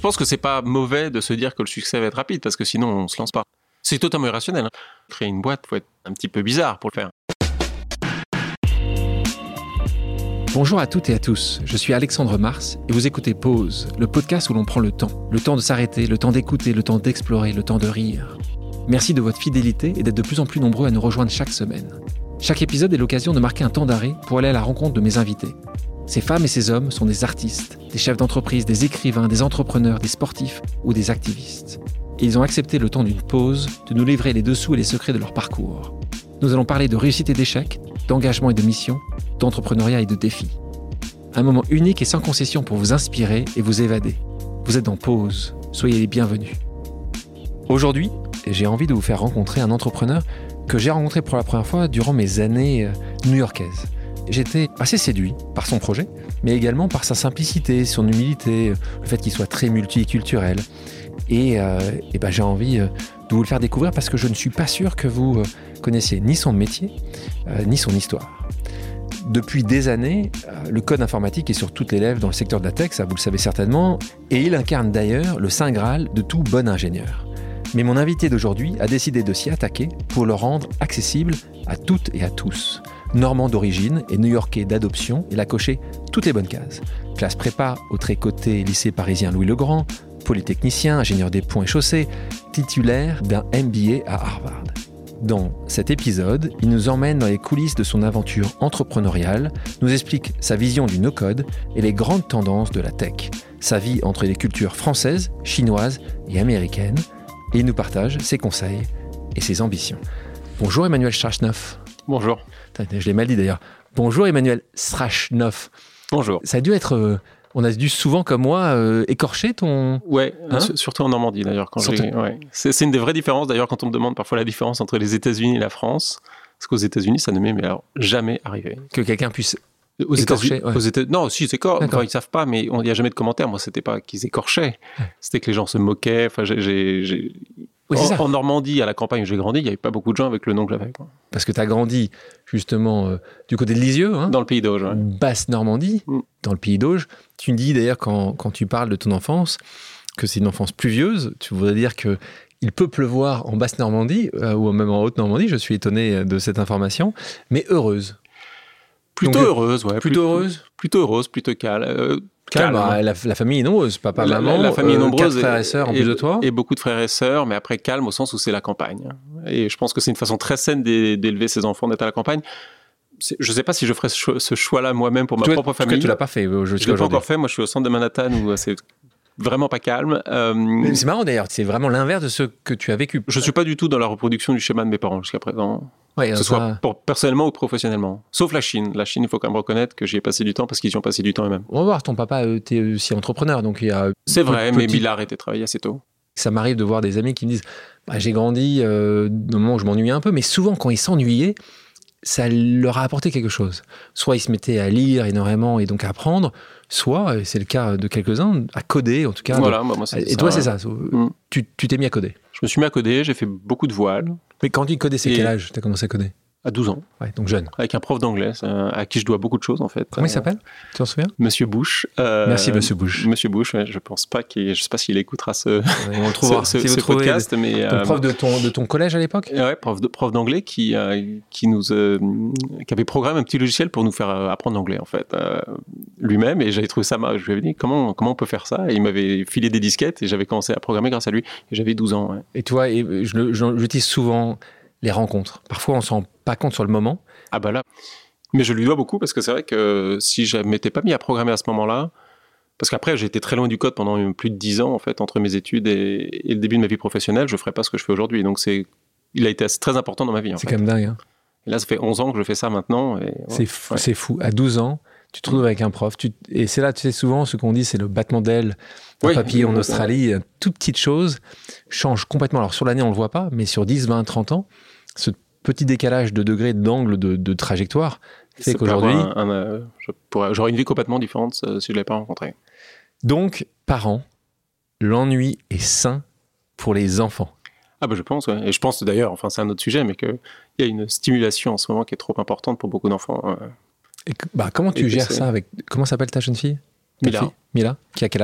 pense que c'est pas mauvais de se dire que le succès va être rapide, parce que sinon on se lance pas. C'est totalement irrationnel. Créer une boîte, faut être un petit peu bizarre pour le faire. Bonjour à toutes et à tous, je suis Alexandre Mars et vous écoutez Pause, le podcast où l'on prend le temps de s'arrêter, le temps d'écouter, le temps d'explorer, le temps de rire. Merci de votre fidélité et d'être de plus en plus nombreux à nous rejoindre chaque semaine. Chaque épisode est l'occasion de marquer un temps d'arrêt pour aller à la rencontre de mes invités. Ces femmes et ces hommes sont des artistes, des chefs d'entreprise, des écrivains, des entrepreneurs, des sportifs ou des activistes. Et ils ont accepté le temps d'une pause de nous livrer les dessous et les secrets de leur parcours. Nous allons parler de réussite et d'échec, d'engagement et de mission, d'entrepreneuriat et de défis. Un moment unique et sans concession pour vous inspirer et vous évader. Vous êtes en pause, soyez les bienvenus. Aujourd'hui, j'ai envie de vous faire rencontrer un entrepreneur que j'ai rencontré pour la première fois durant mes années new-yorkaises. J'étais assez séduit par son projet, mais également par sa simplicité, son humilité, le fait qu'il soit très multiculturel. Et j'ai envie de vous le faire découvrir parce que je ne suis pas sûr que vous connaissiez ni son métier, ni son histoire. Depuis des années, le code informatique est sur toutes les lèvres dans le secteur de la tech, ça vous le savez certainement, et il incarne d'ailleurs le saint graal de tout bon ingénieur. Mais mon invité d'aujourd'hui a décidé de s'y attaquer pour le rendre accessible à toutes et à tous. Normand d'origine et new-yorkais d'adoption, il a coché toutes les bonnes cases. Classe prépa au très coté lycée parisien Louis-le-Grand, polytechnicien, ingénieur des ponts et chaussées, titulaire d'un MBA à Harvard. Dans cet épisode, il nous emmène dans les coulisses de son aventure entrepreneuriale, nous explique sa vision du no-code et les grandes tendances de la tech, sa vie entre les cultures françaises, chinoises et américaines, et il nous partage ses conseils et ses ambitions. Bonjour Emmanuel Strachnov. Bonjour. Je l'ai mal dit d'ailleurs. Bonjour Emmanuel Strachnov. Bonjour. Ça a dû être... on a dû souvent, comme moi, écorcher ton... Ouais, surtout en Normandie d'ailleurs. C'est une des vraies différences d'ailleurs quand on me demande parfois la différence entre les États-Unis et la France. Parce qu'aux États-Unis, ça ne m'est jamais arrivé. Que quelqu'un puisse aux écorcher. Non, si, c'est corps. Enfin, ils ne savent pas, mais il n'y a jamais de commentaires. Moi, ce n'était pas qu'ils écorchaient. Ouais. C'était que les gens se moquaient. Enfin, Oui, en Normandie, à la campagne où j'ai grandi, il n'y avait pas beaucoup de gens avec le nom que j'avais. Parce que tu as grandi justement du côté de Lisieux. Dans le Pays d'Auge. Ouais. Basse Normandie, dans le Pays d'Auge. Tu me dis d'ailleurs quand tu parles de ton enfance que c'est une enfance pluvieuse. Tu voudrais dire qu'il peut pleuvoir en Basse Normandie ou même en Haute Normandie. Je suis étonné de cette information. Mais heureuse. Plutôt heureuse, ouais. Plutôt heureuse. Plutôt heureuse, plutôt calme. Calme. La famille est nombreuse, papa, maman, la famille est nombreuse, 4 frères et sœurs en plus de toi. Et beaucoup de frères et sœurs, mais après calme au sens où c'est la campagne. Et je pense que c'est une façon très saine d'élever ses enfants, d'être à la campagne. Je ne sais pas si je ferais ce choix-là moi-même pour ma propre famille. Tu ne l'as pas fait Je ne l'ai pas encore fait. Moi, je suis au centre de Manhattan où c'est vraiment pas calme. Mais c'est marrant d'ailleurs, c'est vraiment l'inverse de ce que tu as vécu. Je ne suis pas du tout dans la reproduction du schéma de mes parents jusqu'à présent. Ouais, que ce soit personnellement ou professionnellement. Sauf la Chine. La Chine, il faut quand même reconnaître que j'y ai passé du temps parce qu'ils y ont passé du temps eux-mêmes. On va voir, ton papa était aussi entrepreneur, donc il y a... C'est vrai, mais il a arrêté de travailler assez tôt. Ça m'arrive de voir des amis qui me disent j'ai grandi au moment où je m'ennuyais un peu, mais souvent quand ils s'ennuyaient, ça leur a apporté quelque chose. Soit ils se mettaient à lire énormément et donc à apprendre, soit, et c'est le cas de quelques-uns, à coder en tout cas. Voilà, moi c'est et ça. Toi, c'est ça. Tu t'es mis à coder. Je me suis mis à coder, j'ai fait beaucoup de voiles. Mais quand tu codais, c'est quel âge tu as commencé à coder ? À 12 ans. Ouais, donc jeune. Avec un prof d'anglais, à qui je dois beaucoup de choses en fait. Comment il s'appelle ? Tu t'en souviens ? Monsieur Bush. Merci Monsieur Bush. Monsieur Bush, ouais, je pense pas je sais pas s'il écoutera on le trouvera. ce podcast, mais ton prof de ton collège à l'époque ? Ouais, prof d'anglais qui avait programmé un petit logiciel pour nous faire apprendre l'anglais en fait lui-même, et j'avais trouvé ça marrant. Je lui avais dit comment on peut faire ça, et il m'avait filé des disquettes et j'avais commencé à programmer grâce à lui, et j'avais 12 ans. Ouais. Et toi, j'utilise souvent les rencontres. Parfois on s'en rend pas compte sur le moment. Ah bah là, mais je lui dois beaucoup parce que c'est vrai que si je m'étais pas mis à programmer à ce moment-là, parce qu'après j'ai été très loin du code pendant plus de 10 ans en fait, entre mes études et le début de ma vie professionnelle, je ferais pas ce que je fais aujourd'hui. Donc il a été très important dans ma vie. C'est quand même dingue. Hein. Et là ça fait 11 ans que je fais ça maintenant. Et, c'est fou. À 12 ans, tu te retrouves avec un prof. Et c'est là, tu sais, souvent ce qu'on dit, c'est le battement d'aile d'un papillon en Australie. Une toute petite chose change complètement. Alors sur l'année on le voit pas, mais sur 10, 20, 30 ans, ce petit décalage de degré, d'angle, de trajectoire fait qu'aujourd'hui... j'aurais une vie complètement différente si je ne l'avais pas rencontré. Donc, parents, l'ennui est sain pour les enfants. Ah bah je pense, ouais. Et je pense d'ailleurs, enfin c'est un autre sujet, mais qu'il y a une stimulation en ce moment qui est trop importante pour beaucoup d'enfants. Et comment tu gères ça avec... Comment s'appelle ta jeune fille ? Mila. Mila, qui a quel âge ?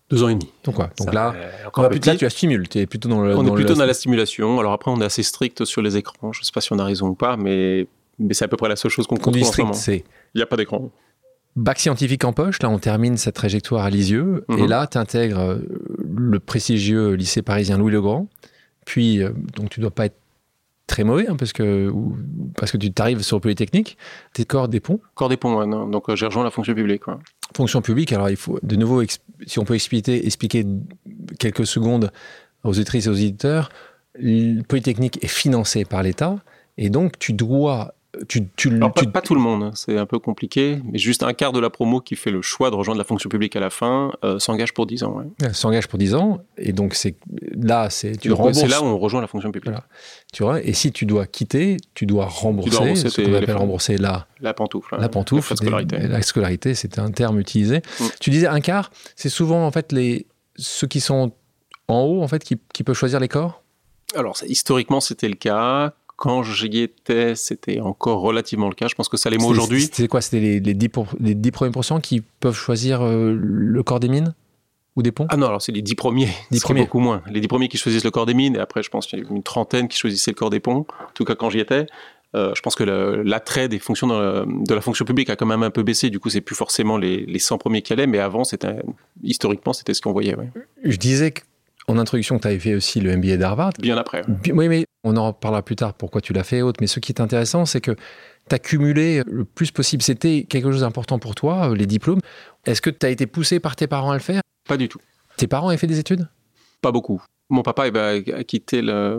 2 ans et demi. Donc Ça, là, encore petit. là, tu la stimules. Tu es plutôt dans le. On est plutôt dans la stimulation. Alors après, on est assez strict sur les écrans. Je ne sais pas si on a raison ou pas, mais c'est à peu près la seule chose qu'on contrôle en ce moment. C'est. Il n'y a pas d'écran. Bac scientifique en poche, là on termine cette trajectoire à Lisieux, et là tu intègres le prestigieux lycée parisien Louis-le-Grand, puis donc tu dois pas être très mauvais, hein, parce que tu t'arrives sur le Polytechnique, t'es corps des ponts. Corps des ponts, ouais, non. Donc j'ai rejoint la fonction publique. Ouais. Fonction publique, alors il faut de nouveau, si on peut expliquer quelques secondes aux auditrices et aux éditeurs, le Polytechnique est financé par l'État, et donc tu dois... Pas tout le monde, c'est un peu compliqué, mais juste un quart de la promo qui fait le choix de rejoindre la fonction publique à la fin s'engage pour 10 ans. Ouais. S'engage pour 10 ans, et donc c'est là où on rejoint la fonction publique. Voilà. Tu vois, et si tu dois quitter, tu dois rembourser ce qu'on appelle rembourser la pantoufle. La pantoufle, la scolarité, c'était un terme utilisé. Tu disais un quart, c'est souvent en fait ceux qui sont en haut en fait qui peuvent choisir les corps. Alors historiquement c'était le cas. Quand j'y étais, c'était encore relativement le cas. Je pense que ça l'est moins aujourd'hui. C'était quoi? C'était les 10 premiers pourcents qui peuvent choisir le corps des mines ou des ponts? Ah non, alors c'est les 10 premiers. 10 premiers. Beaucoup moins. Les 10 premiers qui choisissent le corps des mines. Et après, je pense qu'il y a une trentaine qui choisissaient le corps des ponts. En tout cas, quand j'y étais. Je pense que l'attrait des fonctions de la fonction publique a quand même un peu baissé. Du coup, c'est plus forcément les 100 premiers qui allaient. Mais avant, historiquement, c'était ce qu'on voyait. Ouais. Je disais en introduction que tu avais fait aussi le MBA d'Harvard. Bien après. Oui, mais on en reparlera plus tard pourquoi tu l'as fait et autres. Mais ce qui est intéressant, c'est que tu as cumulé le plus possible. C'était quelque chose d'important pour toi, les diplômes. Est-ce que tu as été poussé par tes parents à le faire? Pas du tout. Tes parents avaient fait des études? Pas beaucoup. Mon papa a quitté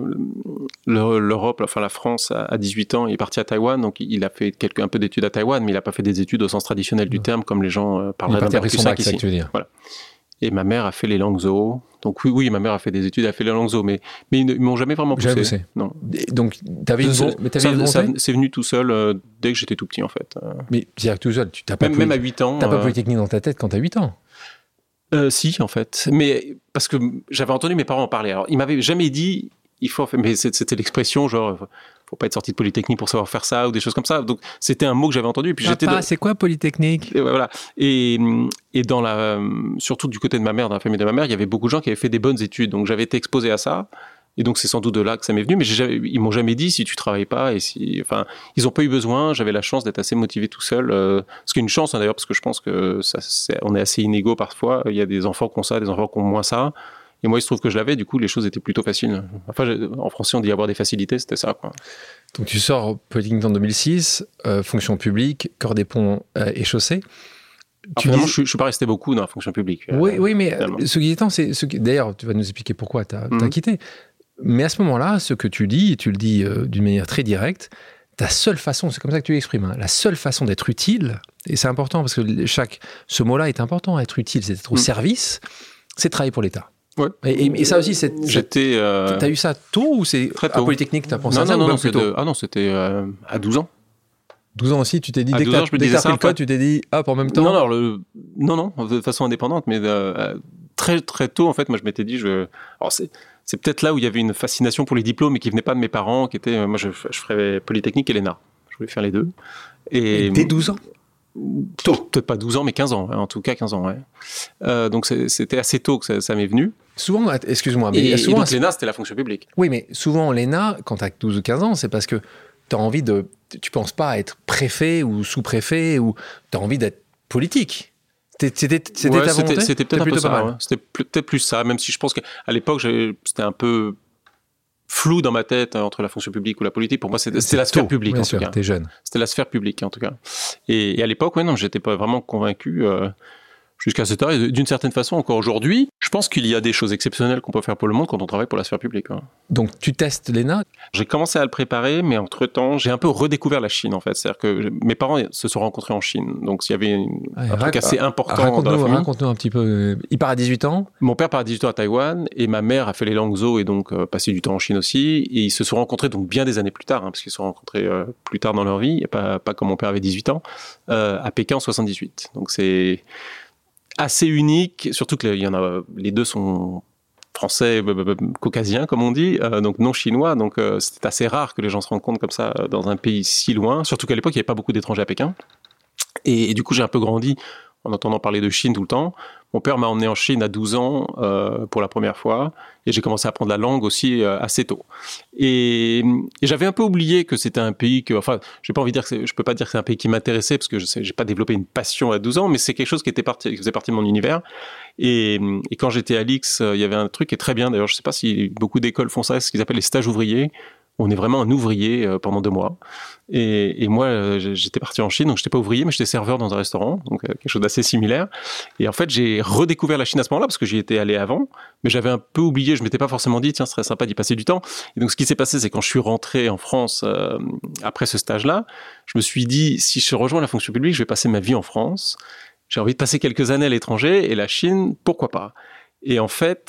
l'Europe, enfin la France, à 18 ans. Il est parti à Taïwan, donc il a fait un peu d'études à Taïwan, mais il n'a pas fait des études au sens traditionnel du terme, comme les gens parleraient d'un bac plus 5 ici. Voilà. Et ma mère a fait les langues zo. Donc oui, ma mère a fait des études, elle a fait les langues zo, mais ils ne m'ont jamais vraiment poussé. Non. Donc t'avais une volonté. C'est venu tout seul dès que j'étais tout petit en fait. Mais c'est-à-dire tout seul, même à 8 ans. T'as pas Polytechnique dans ta tête quand t'as 8 ans? Si, en fait. Mais parce que j'avais entendu mes parents en parler. Alors, ils m'avaient jamais dit, mais c'était l'expression genre, faut pas être sorti de Polytechnique pour savoir faire ça ou des choses comme ça. Donc, c'était un mot que j'avais entendu. Et puis c'est quoi Polytechnique? Et voilà. Et surtout du côté de ma mère, dans la famille de ma mère, il y avait beaucoup de gens qui avaient fait des bonnes études. Donc, j'avais été exposé à ça. Et donc, c'est sans doute de là que ça m'est venu. Mais ils m'ont jamais dit si tu travailles pas. Ils ont pas eu besoin. J'avais la chance d'être assez motivé tout seul. Ce qui est une chance, hein, d'ailleurs, parce que je pense que on est assez inégaux parfois. Il y a des enfants qui ont ça, des enfants qui ont moins ça. Et moi, il se trouve que je l'avais. Du coup, les choses étaient plutôt faciles. Enfin, en français, on dit avoir des facilités. C'était ça, quoi. Donc, tu sors Polytechnique en 2006, fonction publique, corps des ponts et chaussées. Finalement, je ne suis pas resté beaucoup dans la fonction publique. Oui, mais ce qui est étonnant, d'ailleurs, tu vas nous expliquer pourquoi tu as quitté. Mais à ce moment-là, ce que tu dis, et tu le dis d'une manière très directe, ta seule façon, c'est comme ça que tu l'exprimes, hein, la seule façon d'être utile, et c'est important parce que ce mot-là est important, être utile, c'est être au service, c'est travailler pour l'État. Ouais. Et ça aussi, t'as eu ça tôt ou c'est très tôt. À Polytechnique, t'as pensé à ça? Non, c'était à 12 ans. 12 ans aussi, tu t'es dit, dès que t'as pris le code, tu t'es dit, hop, en même temps? Non, de façon indépendante, mais très très tôt, en fait, moi je m'étais dit, alors c'est peut-être là où il y avait une fascination pour les diplômes, mais qui venait pas de mes parents, qui étaient, moi je ferais Polytechnique et l'ENA. Je voulais faire les deux. Et dès 12 ans? Peut-être pas 12 ans, mais 15 ans, en tout cas 15 ans, ouais. Donc c'était assez tôt que ça m'est venu. Souvent, excuse-moi, mais et donc l'ENA, c'était la fonction publique. Oui, mais souvent l'ENA, quand tu as 12 ou 15 ans, c'est parce que tu as envie tu penses pas à être préfet ou sous-préfet, ou tu as envie d'être politique. C'était ta volonté? C'était peut-être un peu ça, ouais. C'était peut-être plus ça, même si je pense qu'à l'époque, c'était un peu flou dans ma tête entre la fonction publique ou la politique. Pour moi, c'était la sphère publique, en tout cas. T'es jeune. C'était la sphère publique, en tout cas. Et à l'époque, non, j'étais pas vraiment convaincu jusqu'à cette heure. Et d'une certaine façon, encore aujourd'hui, je pense qu'il y a des choses exceptionnelles qu'on peut faire pour le monde quand on travaille pour la sphère publique. Hein. Donc, tu testes l'ENA? J'ai commencé à le préparer, mais entre-temps, j'ai un peu redécouvert la Chine, en fait. C'est-à-dire que mes parents se sont rencontrés en Chine. Donc, il y avait un truc assez important dans la famille. Raconte-nous un petit peu. Il part à 18 ans? Mon père part à 18 ans à Taïwan, et ma mère a fait les langues zo et donc passé du temps en Chine aussi. Et ils se sont rencontrés donc bien des années plus tard, parce qu'ils se sont rencontrés plus tard dans leur vie, et pas comme mon père avait 18 ans, à Pékin en 78. Donc, c'est assez unique, surtout que les deux sont français, caucasiens comme on dit, donc non chinois, donc c'était assez rare que les gens se rencontrent comme ça dans un pays si loin, surtout qu'à l'époque il n'y avait pas beaucoup d'étrangers à Pékin, et du coup j'ai un peu grandi en entendant parler de Chine tout le temps. Mon père m'a emmené en Chine à 12 ans pour la première fois et j'ai commencé à apprendre la langue aussi assez tôt. Et j'avais un peu oublié que c'était un pays que, enfin, je peux pas dire que c'est un pays qui m'intéressait parce que j'ai pas développé une passion à 12 ans, mais c'est quelque chose qui faisait partie de mon univers. Et quand j'étais à l'IX, il y avait un truc qui est très bien. D'ailleurs, je sais pas si beaucoup d'écoles font ça, c'est ce qu'ils appellent les stages ouvriers. On est vraiment un ouvrier pendant 2 mois. Et moi, j'étais parti en Chine, donc j'étais pas ouvrier, mais j'étais serveur dans un restaurant, donc quelque chose d'assez similaire. Et en fait, j'ai redécouvert la Chine à ce moment-là, parce que j'y étais allé avant, mais j'avais un peu oublié, je m'étais pas forcément dit, tiens, ce serait sympa d'y passer du temps. Et donc, ce qui s'est passé, c'est quand je suis rentré en France après ce stage-là, je me suis dit, si je rejoins la fonction publique, je vais passer ma vie en France. J'ai envie de passer quelques années à l'étranger, et la Chine, pourquoi pas ? Et en fait,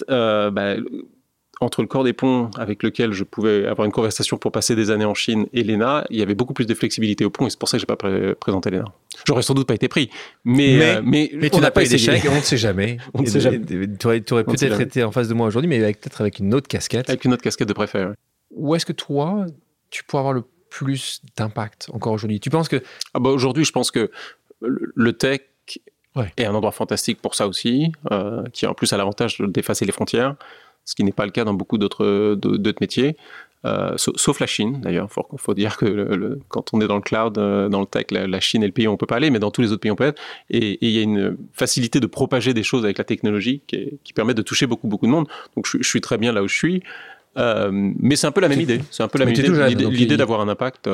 entre le corps des ponts avec lequel je pouvais avoir une conversation pour passer des années en Chine et l'ENA, il y avait beaucoup plus de flexibilité au pont et c'est pour ça que j'ai pas présenté l'ENA. J'aurais sans doute pas été pris, mais tu n'as pas eu d'échec, on ne sait jamais. On ne sait jamais. Tu aurais peut-être été en face de moi aujourd'hui, mais peut-être avec une autre casquette. Avec une autre casquette de préfet, ouais. Où est-ce que toi, tu pourrais avoir le plus d'impact encore aujourd'hui ? Tu penses que... Aujourd'hui, je pense que le tech est un endroit fantastique pour ça aussi, qui en plus a l'avantage d'effacer les frontières, ce qui n'est pas le cas dans beaucoup d'autres métiers, sauf la Chine d'ailleurs. Il faut dire que quand on est dans le cloud, dans le tech, la Chine est le pays où on ne peut pas aller, mais dans tous les autres pays on peut être. Et il y a une facilité de propager des choses avec la technologie qui permet de toucher beaucoup de monde. Donc je suis très bien là où je suis. Mais c'est un peu la même idée. C'est un peu la même idée. L'idée d'avoir un impact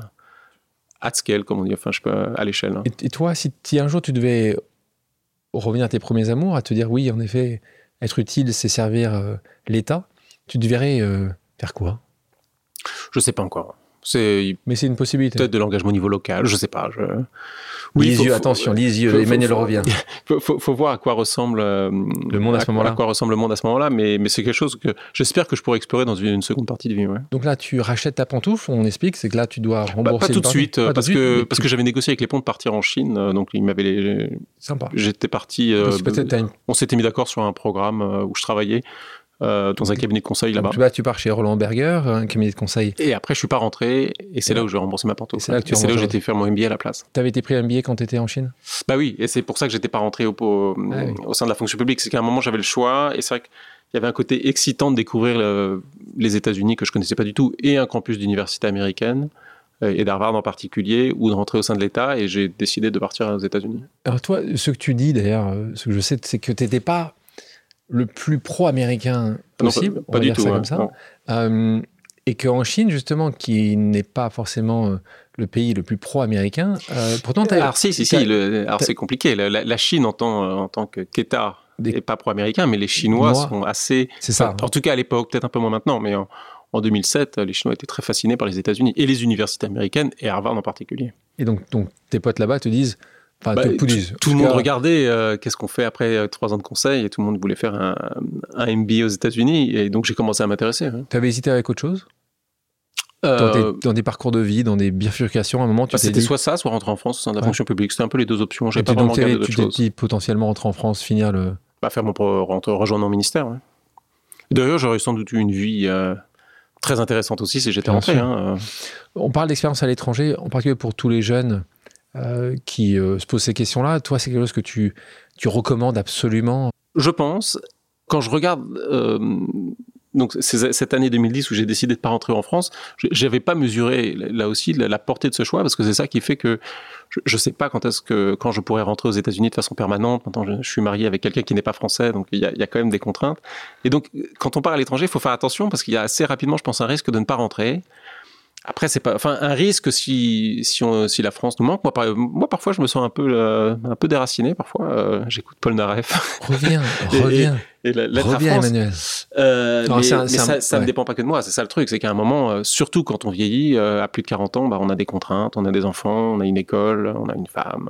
at scale, comme on dit, enfin, à l'échelle. Hein. Et toi, si un jour tu devais revenir à tes premiers amours, à te dire oui, en effet, être utile, c'est servir l'État, tu te verrais faire quoi ? Je ne sais pas encore. Mais c'est une possibilité. Peut-être de l'engagement au niveau local, je ne sais pas. Attention, les yeux, Emmanuel revient. Faut voir à quoi ressemble le monde à ce moment-là. À quoi ressemble le monde à ce moment-là, mais c'est quelque chose que j'espère que je pourrais explorer dans une seconde partie de vie. Ouais. Donc là, tu rachètes ta pantoufle, on explique, c'est que là, tu dois rembourser. Pas tout de suite, parce que j'avais négocié avec les ponts de partir en Chine, donc ils m'avaient. Sympa. J'étais parti. On s'était mis d'accord sur un programme où je travaillais. Dans un cabinet de conseil là-bas. Tu pars chez Roland Berger, un cabinet de conseil. Et après, je suis pas rentré, et c'est là où j'ai remboursé ma pantoufle. C'est là où j'ai été faire mon MBA à la place. Tu avais été pris un MBA quand tu étais en Chine ? Bah oui, et c'est pour ça que j'étais pas rentré au sein de la fonction publique. C'est qu'à un moment, j'avais le choix, et c'est vrai qu'il y avait un côté excitant de découvrir les États-Unis que je connaissais pas du tout, et un campus d'université américaine, et d'Harvard en particulier, ou de rentrer au sein de l'État, et j'ai décidé de partir aux États-Unis. Alors toi, ce que tu dis d'ailleurs, ce que je sais, c'est que tu n'étais pas le plus pro-américain possible, non, pas du tout, comme ça. Et qu'en Chine, justement, qui n'est pas forcément le pays le plus pro-américain, pourtant... Alors c'est compliqué. La Chine en tant qu'État n'est pas pro-américain, mais les Chinois sont assez... C'est ça. En tout cas à l'époque, peut-être un peu moins maintenant, mais en 2007, les Chinois étaient très fascinés par les États-Unis et les universités américaines, et Harvard en particulier. Et donc tes potes là-bas te disent... tout le monde regardait qu'est-ce qu'on fait après 3 ans de conseil, et tout le monde voulait faire un MBA aux États-Unis, et donc j'ai commencé à m'intéresser. Hein. Tu avais hésité avec autre chose dans des parcours de vie, dans des bifurcations, à un moment tu t'es c'était dit... soit ça, soit rentrer en France au sein de la fonction publique. C'était un peu les 2 options. J'avais pas vraiment regardé d'autres choses. Tu t'es dit potentiellement rentrer en France, finir le... rejoindre mon ministère. Ouais. D'ailleurs, j'aurais sans doute eu une vie très intéressante aussi si j'étais rentré. Hein. On parle d'expérience à l'étranger, en particulier pour tous les jeunes qui se posent ces questions-là. Toi, c'est quelque chose que tu recommandes absolument ? Je pense, quand je regarde donc cette année 2010 où j'ai décidé de ne pas rentrer en France, je n'avais pas mesuré là aussi la portée de ce choix, parce que c'est ça qui fait que je ne sais pas quand je pourrais rentrer aux États-Unis de façon permanente. Maintenant, je suis marié avec quelqu'un qui n'est pas français, donc il y a quand même des contraintes. Et donc, quand on part à l'étranger, il faut faire attention, parce qu'il y a assez rapidement, je pense, un risque de ne pas rentrer. Après, c'est pas, un risque si la France nous manque. Moi, parfois, je me sens un peu déraciné. Parfois, j'écoute Paul Naref. Reviens. Et reviens, Emmanuel. Ça ne dépend pas que de moi. C'est ça le truc, c'est qu'à un moment, surtout quand on vieillit, à plus de 40 ans, on a des contraintes, on a des enfants, on a une école, on a une femme.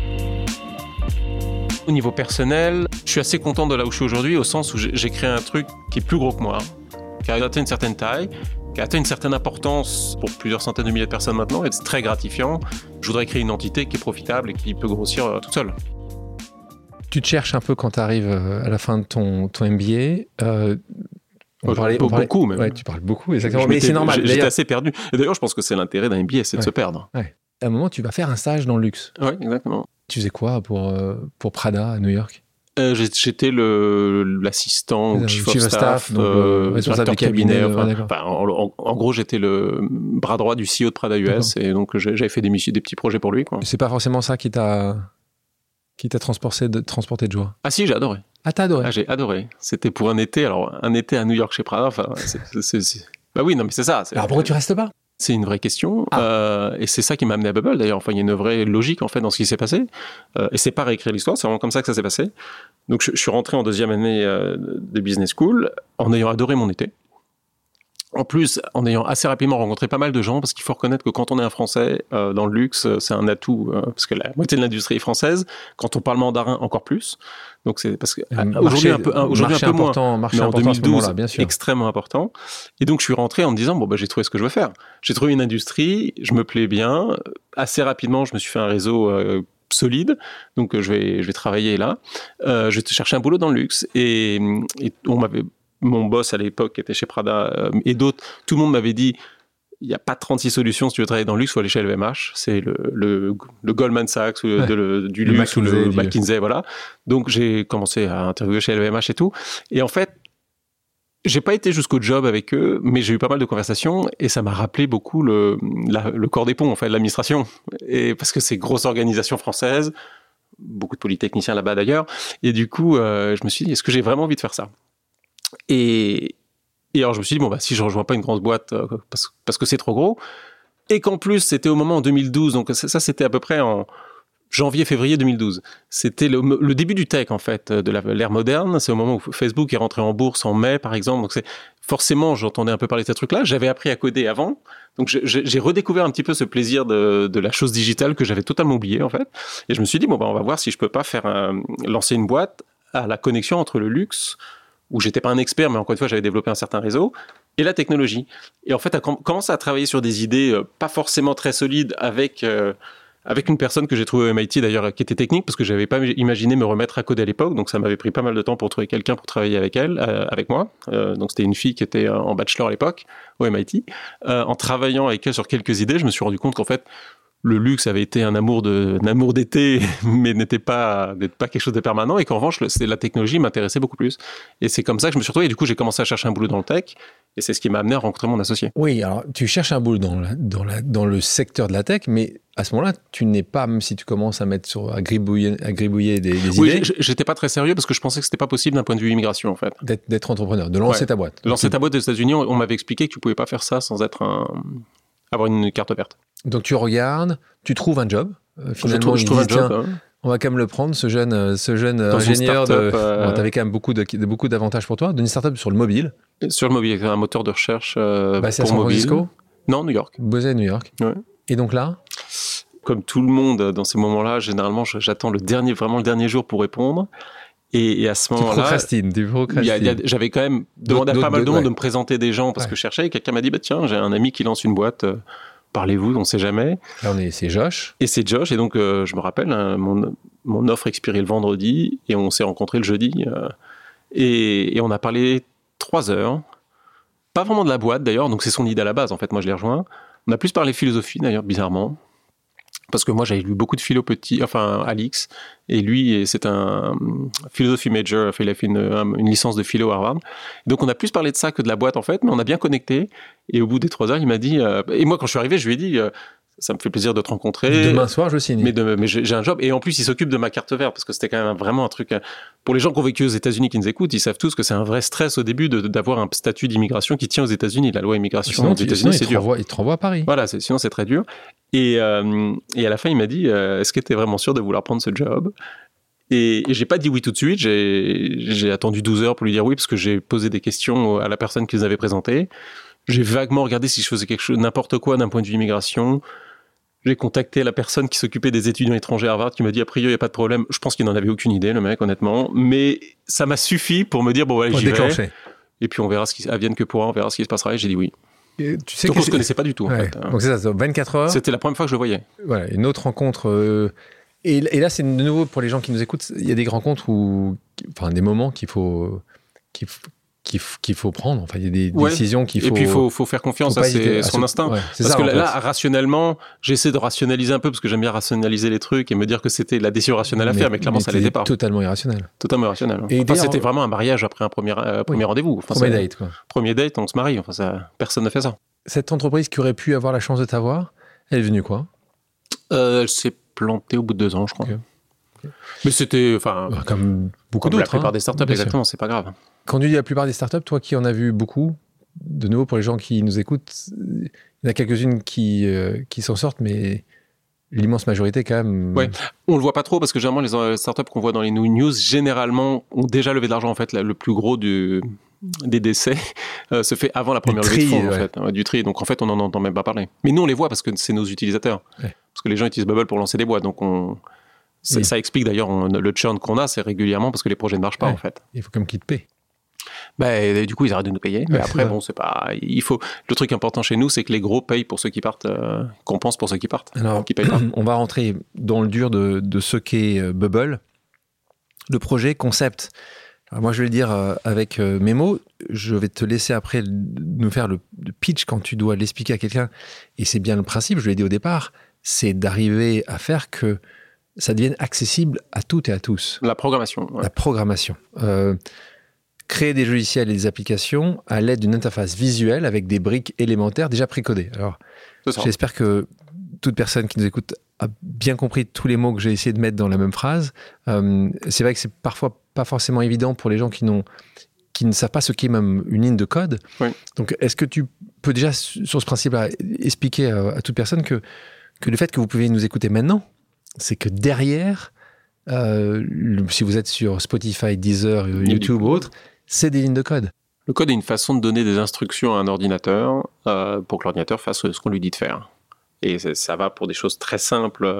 Au niveau personnel, je suis assez content de là où je suis aujourd'hui, au sens où j'ai créé un truc qui est plus gros que moi, qui a atteint une certaine taille, qui a atteint une certaine importance pour plusieurs centaines de milliers de personnes maintenant, et c'est très gratifiant. Je voudrais créer une entité qui est profitable et qui peut grossir toute seule. Tu te cherches un peu quand tu arrives à la fin de ton MBA. Beaucoup même. Ouais, tu parles beaucoup, exactement. Mais c'est normal. J'étais assez perdu. Et d'ailleurs, je pense que c'est l'intérêt d'un MBA, c'est de se perdre. Ouais. À un moment, tu vas faire un stage dans le luxe. Oui, exactement. Tu faisais quoi pour Prada à New York? J'étais l'assistant ou chief of staff, responsable du cabinet. En gros, j'étais le bras droit du CEO de Prada US, et donc j'avais fait des petits projets pour lui, quoi. C'est pas forcément ça qui t'a transporté de joie? Ah si, j'ai adoré. Ah, t'as adoré? Ah, j'ai adoré. C'était pour un été à New York chez Prada. Bah oui, non, mais c'est ça. Alors pourquoi tu restes pas? C'est une vraie question, et c'est ça qui m'a amené à Bubble d'ailleurs. Enfin, il y a une vraie logique en fait dans ce qui s'est passé, et c'est pas réécrire l'histoire, c'est vraiment comme ça que ça s'est passé. Donc je suis rentré en deuxième année de business school en ayant adoré mon été. En plus, en ayant assez rapidement rencontré pas mal de gens, parce qu'il faut reconnaître que quand on est un Français dans le luxe, c'est un atout, parce que la moitié de l'industrie est française. Quand on parle mandarin, encore plus. Donc c'est parce que aujourd'hui un peu moins, mais en 2012, bien sûr, extrêmement important. Et donc je suis rentré en me disant j'ai trouvé ce que je veux faire. J'ai trouvé une industrie, je me plais bien. Assez rapidement, je me suis fait un réseau solide, donc je vais travailler là. Je vais chercher un boulot dans le luxe, et mon boss à l'époque qui était chez Prada et d'autres, tout le monde m'avait dit il n'y a pas 36 solutions si tu veux travailler dans le luxe, il faut aller chez LVMH, c'est le Goldman Sachs du luxe, ou le McKinsey, voilà. Donc j'ai commencé à interviewer chez LVMH et tout, et en fait j'ai pas été jusqu'au job avec eux, mais j'ai eu pas mal de conversations, et ça m'a rappelé beaucoup le corps des ponts, en fait, l'administration, et parce que c'est grosse organisation française, beaucoup de polytechniciens là-bas d'ailleurs, et du coup je me suis dit est-ce que j'ai vraiment envie de faire ça? Et alors je me suis dit si je rejoins pas une grosse boîte parce que c'est trop gros, et qu'en plus c'était au moment en 2012, donc ça c'était à peu près en janvier-février 2012, c'était le début du tech en fait, de l'ère moderne. C'est au moment où Facebook est rentré en bourse en mai par exemple, donc forcément j'entendais un peu parler de ces trucs-là, j'avais appris à coder avant, donc j'ai redécouvert un petit peu ce plaisir de la chose digitale que j'avais totalement oublié en fait, et je me suis dit on va voir si je peux pas lancer une boîte à la connexion entre le luxe, où j'étais pas un expert, mais encore une fois, j'avais développé un certain réseau, et la technologie. Et en fait, à commencer à travailler sur des idées pas forcément très solides avec une personne que j'ai trouvée au MIT, d'ailleurs, qui était technique, parce que j'avais pas imaginé me remettre à coder à l'époque, donc ça m'avait pris pas mal de temps pour trouver quelqu'un pour travailler avec moi. Donc c'était une fille qui était en bachelor à l'époque, au MIT. En travaillant avec elle sur quelques idées, je me suis rendu compte qu'en fait, le luxe avait été un amour d'été, mais n'était pas quelque chose de permanent, et qu'en revanche, la technologie m'intéressait beaucoup plus. Et c'est comme ça que je me suis retrouvé, et du coup, j'ai commencé à chercher un boulot dans le tech, et c'est ce qui m'a amené à rencontrer mon associé. Oui, alors tu cherches un boulot dans le secteur de la tech, mais à ce moment-là, tu n'es pas, même si tu commences à gribouiller des oui, idées... Oui, j'étais pas très sérieux, parce que je pensais que c'était pas possible d'un point de vue immigration, en fait. D'être entrepreneur, de lancer ta boîte. De lancer ta boîte aux États-Unis, on m'avait expliqué que tu pouvais pas faire ça sans avoir une carte verte. Donc tu regardes, tu trouves un job. Finalement, je trouve un job. On va quand même le prendre, ce jeune ingénieur. T'avais quand même beaucoup d'avantages pour toi. D'une startup sur le mobile. Sur le mobile, avec un moteur de recherche pour mobile. À San Francisco ? Non, New York. Basé à New York. Ouais. Et donc là, comme tout le monde dans ces moments-là, généralement, j'attends le dernier jour pour répondre. Et à ce moment-là, tu procrastines. J'avais quand même demandé à pas mal de monde de me présenter des gens parce que je cherchais. Et quelqu'un m'a dit tiens, j'ai un ami qui lance une boîte. Parlez-vous, on ne sait jamais. Là, c'est Josh. Et c'est Josh. Et donc, je me rappelle, mon offre expirait le vendredi et on s'est rencontrés le jeudi. Et on a parlé 3 heures. Pas vraiment de la boîte, d'ailleurs. Donc, c'est son idée à la base. En fait, moi, je l'ai rejoint. On a plus parlé philosophie, d'ailleurs, bizarrement. Parce que moi, j'avais lu beaucoup de philo à l'X. Et lui, c'est un philosophy major. Il a fait une licence de philo à Harvard. Donc, on a plus parlé de ça que de la boîte, en fait. Mais on a bien connecté. Et au bout des 3 heures, il m'a dit... et moi, quand je suis arrivé, je lui ai dit... ça me fait plaisir de te rencontrer. Demain soir, je signe. Mais j'ai un job. Et en plus, il s'occupe de ma carte verte. Parce que c'était quand même vraiment un truc... Pour les gens qui ont vécu aux États-Unis qui nous écoutent, ils savent tous que c'est un vrai stress au début d'avoir un statut d'immigration qui tient aux États-Unis. La loi immigration aux États-Unis, c'est dur. Il te renvoie à Paris. Voilà, sinon c'est très dur. Et à la fin, il m'a dit est-ce que tu es vraiment sûr de vouloir prendre ce job ? Et j'ai pas dit oui tout de suite. J'ai attendu 12 heures pour lui dire oui, parce que j'ai posé des questions à la personne qui nous avait présenté. J'ai vaguement regardé si je faisais n'importe quoi d'un point de vue immigration. J'ai contacté la personne qui s'occupait des étudiants étrangers à Harvard, qui m'a dit a priori il n'y a pas de problème. Je pense qu'il n'en avait aucune idée, le mec, honnêtement. Mais ça m'a suffi pour me dire bon, allez, j'y vais. Et puis on verra advienne que pourra, on verra ce qui se passera. Et j'ai dit oui. Et tu sais donc on ne se connaissait pas du tout, en fait. Donc c'est ça, 24 heures. C'était la première fois que je le voyais. Voilà, une autre rencontre. Et là, c'est de nouveau pour les gens qui nous écoutent, il y a des rencontres des moments qui qu'il faut prendre. Enfin, il y a des décisions qu'il faut... Et puis, il faut faire confiance à son instinct. Ouais, parce que là, rationnellement, j'essaie de rationaliser un peu, parce que j'aime bien rationaliser les trucs et me dire que c'était la décision rationnelle à faire, mais clairement, ça l'était pas. Totalement irrationnel. Totalement irrationnel. Et c'était vraiment un mariage après un premier rendez-vous. Enfin, premier date, quoi. Premier date, on se marie. Enfin, personne ne fait ça. Cette entreprise qui aurait pu avoir la chance de t'avoir, elle est venue quoi ? Elle s'est plantée au bout de 2 ans, je crois. Okay. Mais c'était, comme beaucoup d'autres. La plupart des startups, exactement, c'est pas grave. Quand tu dis la plupart des startups, toi qui en as vu beaucoup, de nouveau pour les gens qui nous écoutent, il y en a quelques-unes qui s'en sortent, mais l'immense majorité quand même. Ouais, on le voit pas trop parce que généralement les startups qu'on voit dans les news généralement ont déjà levé de l'argent en fait. Le plus gros des décès se fait avant la première levée de fonds en fait, du tri. Donc en fait on n'en entend même pas parler. Mais nous on les voit parce que c'est nos utilisateurs. Ouais. Parce que les gens utilisent Bubble pour lancer des boîtes, donc ça explique d'ailleurs le churn qu'on a, c'est régulièrement parce que les projets ne marchent pas en fait. Il faut comme qu'ils te paient. Et du coup, ils arrêtent de nous payer. Mais après, bon, c'est pas. Le truc important chez nous, c'est que les gros payent pour ceux qui partent, compensent pour ceux qui partent. Alors, qui payent pas. On va rentrer dans le dur de ce qu'est Bubble. Le projet, concept. Alors moi, je vais le dire avec mes mots. Je vais te laisser après nous faire le pitch quand tu dois l'expliquer à quelqu'un. Et c'est bien le principe, je l'ai dit au départ, c'est d'arriver à faire que ça devienne accessible à toutes et à tous. La programmation. Ouais. La programmation. Créer des logiciels et des applications à l'aide d'une interface visuelle avec des briques élémentaires déjà précodées. Alors, j'espère que toute personne qui nous écoute a bien compris tous les mots que j'ai essayé de mettre dans la même phrase. C'est vrai que c'est parfois pas forcément évident pour les gens qui ne savent pas ce qu'est même une ligne de code. Oui. Donc, est-ce que tu peux déjà, sur ce principe-là, expliquer à toute personne que le fait que vous pouvez nous écouter maintenant, c'est que derrière, si vous êtes sur Spotify, Deezer, YouTube ou autre, c'est des lignes de code. Le code est une façon de donner des instructions à un ordinateur pour que l'ordinateur fasse ce qu'on lui dit de faire. Et ça va pour des choses très simples,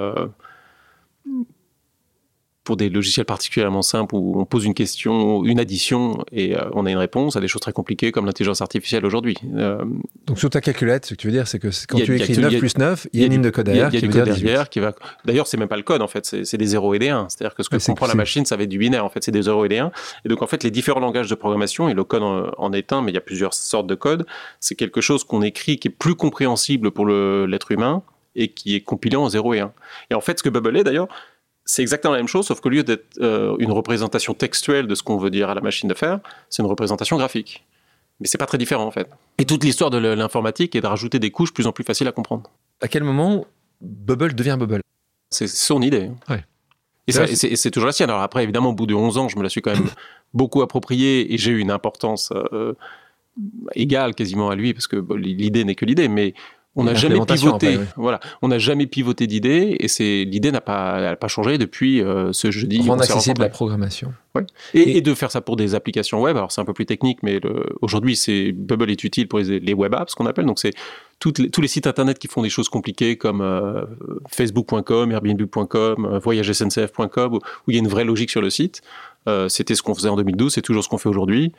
pour des logiciels particulièrement simples où on pose une question, une addition, et on a une réponse à des choses très compliquées comme l'intelligence artificielle aujourd'hui. Donc sur ta calculette, ce que tu veux dire, c'est que quand tu écris 9 plus 9, il y a une ligne de code derrière qui veut dire 18. D'ailleurs, c'est même pas le code, en fait, c'est des 0 et des 1. C'est-à-dire que ce que comprend la machine, ça va être du binaire, en fait, c'est des 0 et des 1. Et donc, en fait, les différents langages de programmation, et le code en est un, mais il y a plusieurs sortes de code, c'est quelque chose qu'on écrit qui est plus compréhensible pour l'être humain et qui est compilé en 0 et 1. Et en fait, ce que Bubble est, d'ailleurs, c'est exactement la même chose, sauf qu'au lieu d'être une représentation textuelle de ce qu'on veut dire à la machine de faire, c'est une représentation graphique. Mais c'est pas très différent, en fait. Et toute l'histoire de l'informatique est de rajouter des couches plus en plus faciles à comprendre. À quel moment Bubble devient Bubble ? C'est son idée. Ouais. Et c'est toujours la sienne. Alors après, évidemment, au bout de 11 ans, je me la suis quand même beaucoup appropriée et j'ai eu une importance égale quasiment à lui, parce que l'idée n'est que l'idée, mais on n'a jamais pivoté. Après, oui. Voilà, on n'a jamais pivoté d'idée et l'idée n'a pas changé depuis ce jeudi. Rendre accessible la programmation. Ouais. Et de faire ça pour des applications web. Alors c'est un peu plus technique, mais aujourd'hui, Bubble est utile pour les web apps, ce qu'on appelle. Donc c'est tous les sites internet qui font des choses compliquées comme Facebook.com, Airbnb.com, VoyageSNCF.com, où il y a une vraie logique sur le site. C'était ce qu'on faisait en 2012, c'est toujours ce qu'on fait aujourd'hui.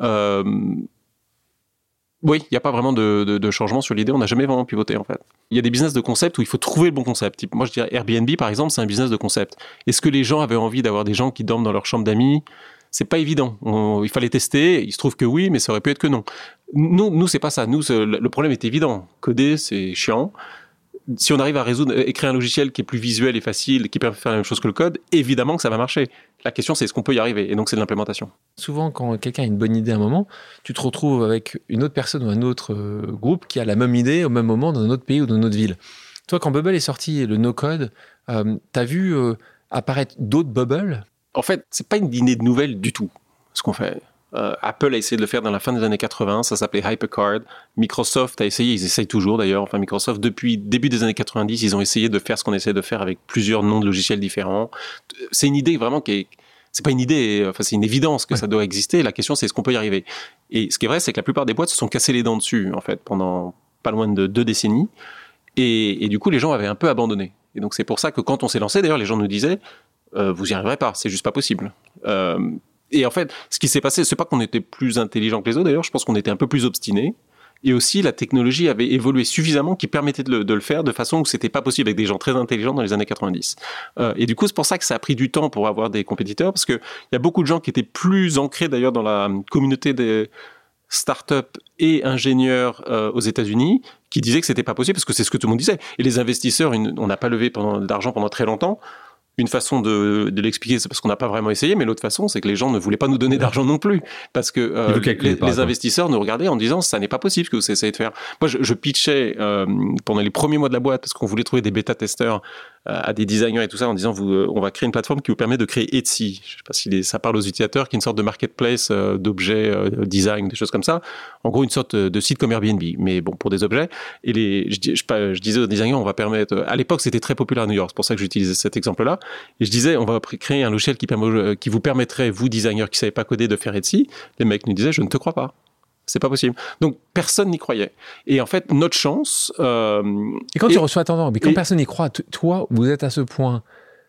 Oui, il n'y a pas vraiment de changement sur l'idée, on n'a jamais vraiment pivoté en fait. Il y a des business de concept où il faut trouver le bon concept. Moi je dirais Airbnb par exemple, c'est un business de concept. Est-ce que les gens avaient envie d'avoir des gens qui dorment dans leur chambre d'amis ? C'est pas évident. Il fallait tester, il se trouve que oui, mais ça aurait pu être que non. Nous c'est pas ça. Nous, le problème est évident. Coder, c'est chiant. Si on arrive à écrire un logiciel qui est plus visuel et facile, qui permet de faire la même chose que le code, évidemment que ça va marcher. La question, c'est est-ce qu'on peut y arriver ? Et donc, c'est de l'implémentation. Souvent, quand quelqu'un a une bonne idée à un moment, tu te retrouves avec une autre personne ou un autre groupe qui a la même idée au même moment dans un autre pays ou dans une autre ville. Toi, quand Bubble est sorti, le no-code, t'as vu apparaître d'autres Bubble ? En fait, c'est pas une idée nouvelle du tout, ce qu'on fait. Apple a essayé de le faire dans la fin des années 80, ça s'appelait HyperCard. Microsoft a essayé, ils essayent toujours d'ailleurs. Enfin, Microsoft, depuis début des années 90, ils ont essayé de faire ce qu'on essaie de faire avec plusieurs noms de logiciels différents. C'est une idée vraiment c'est pas une idée, enfin c'est une évidence que ça doit exister. La question, c'est est-ce qu'on peut y arriver ? Et ce qui est vrai, c'est que la plupart des boîtes se sont cassées les dents dessus, en fait, pendant pas loin de 2 décennies. Et du coup, les gens avaient un peu abandonné. Et donc, c'est pour ça que quand on s'est lancé, d'ailleurs, les gens nous disaient vous y arriverez pas, c'est juste pas possible. Et en fait, ce qui s'est passé, c'est pas qu'on était plus intelligent que les autres, d'ailleurs, je pense qu'on était un peu plus obstinés. Et aussi, la technologie avait évolué suffisamment qui permettait de le faire de façon où c'était pas possible avec des gens très intelligents dans les années 90. Et du coup, c'est pour ça que ça a pris du temps pour avoir des compétiteurs, parce qu'il y a beaucoup de gens qui étaient plus ancrés d'ailleurs dans la communauté des start-up et ingénieurs aux États-Unis qui disaient que c'était pas possible parce que c'est ce que tout le monde disait. Et les investisseurs, on n'a pas levé d'argent pendant très longtemps. Une façon de l'expliquer, c'est parce qu'on n'a pas vraiment essayé, mais l'autre façon, c'est que les gens ne voulaient pas nous donner d'argent non plus. Parce que les investisseurs nous regardaient en disant ça n'est pas possible ce que vous essayez de faire. Moi, je pitchais pendant les premiers mois de la boîte parce qu'on voulait trouver des bêta-testeurs à des designers et tout ça en disant on va créer une plateforme qui vous permet de créer Etsy. Je ne sais pas si ça parle aux utilisateurs, qui est une sorte de marketplace d'objets design, des choses comme ça. En gros, une sorte de site comme Airbnb, mais bon, pour des objets. Et je disais aux designers, on va permettre. À l'époque, c'était très populaire à New York, c'est pour ça que j'utilisais cet exemple-là. Et je disais, on va créer un logiciel qui vous permettrait, vous, designers qui ne savez pas coder, de faire Etsy. Les mecs nous disaient, je ne te crois pas. C'est pas possible. Donc, personne n'y croyait. Et en fait, notre chance... Et quand tu reçois... Attends, mais quand personne n'y croit, toi, vous êtes à ce point...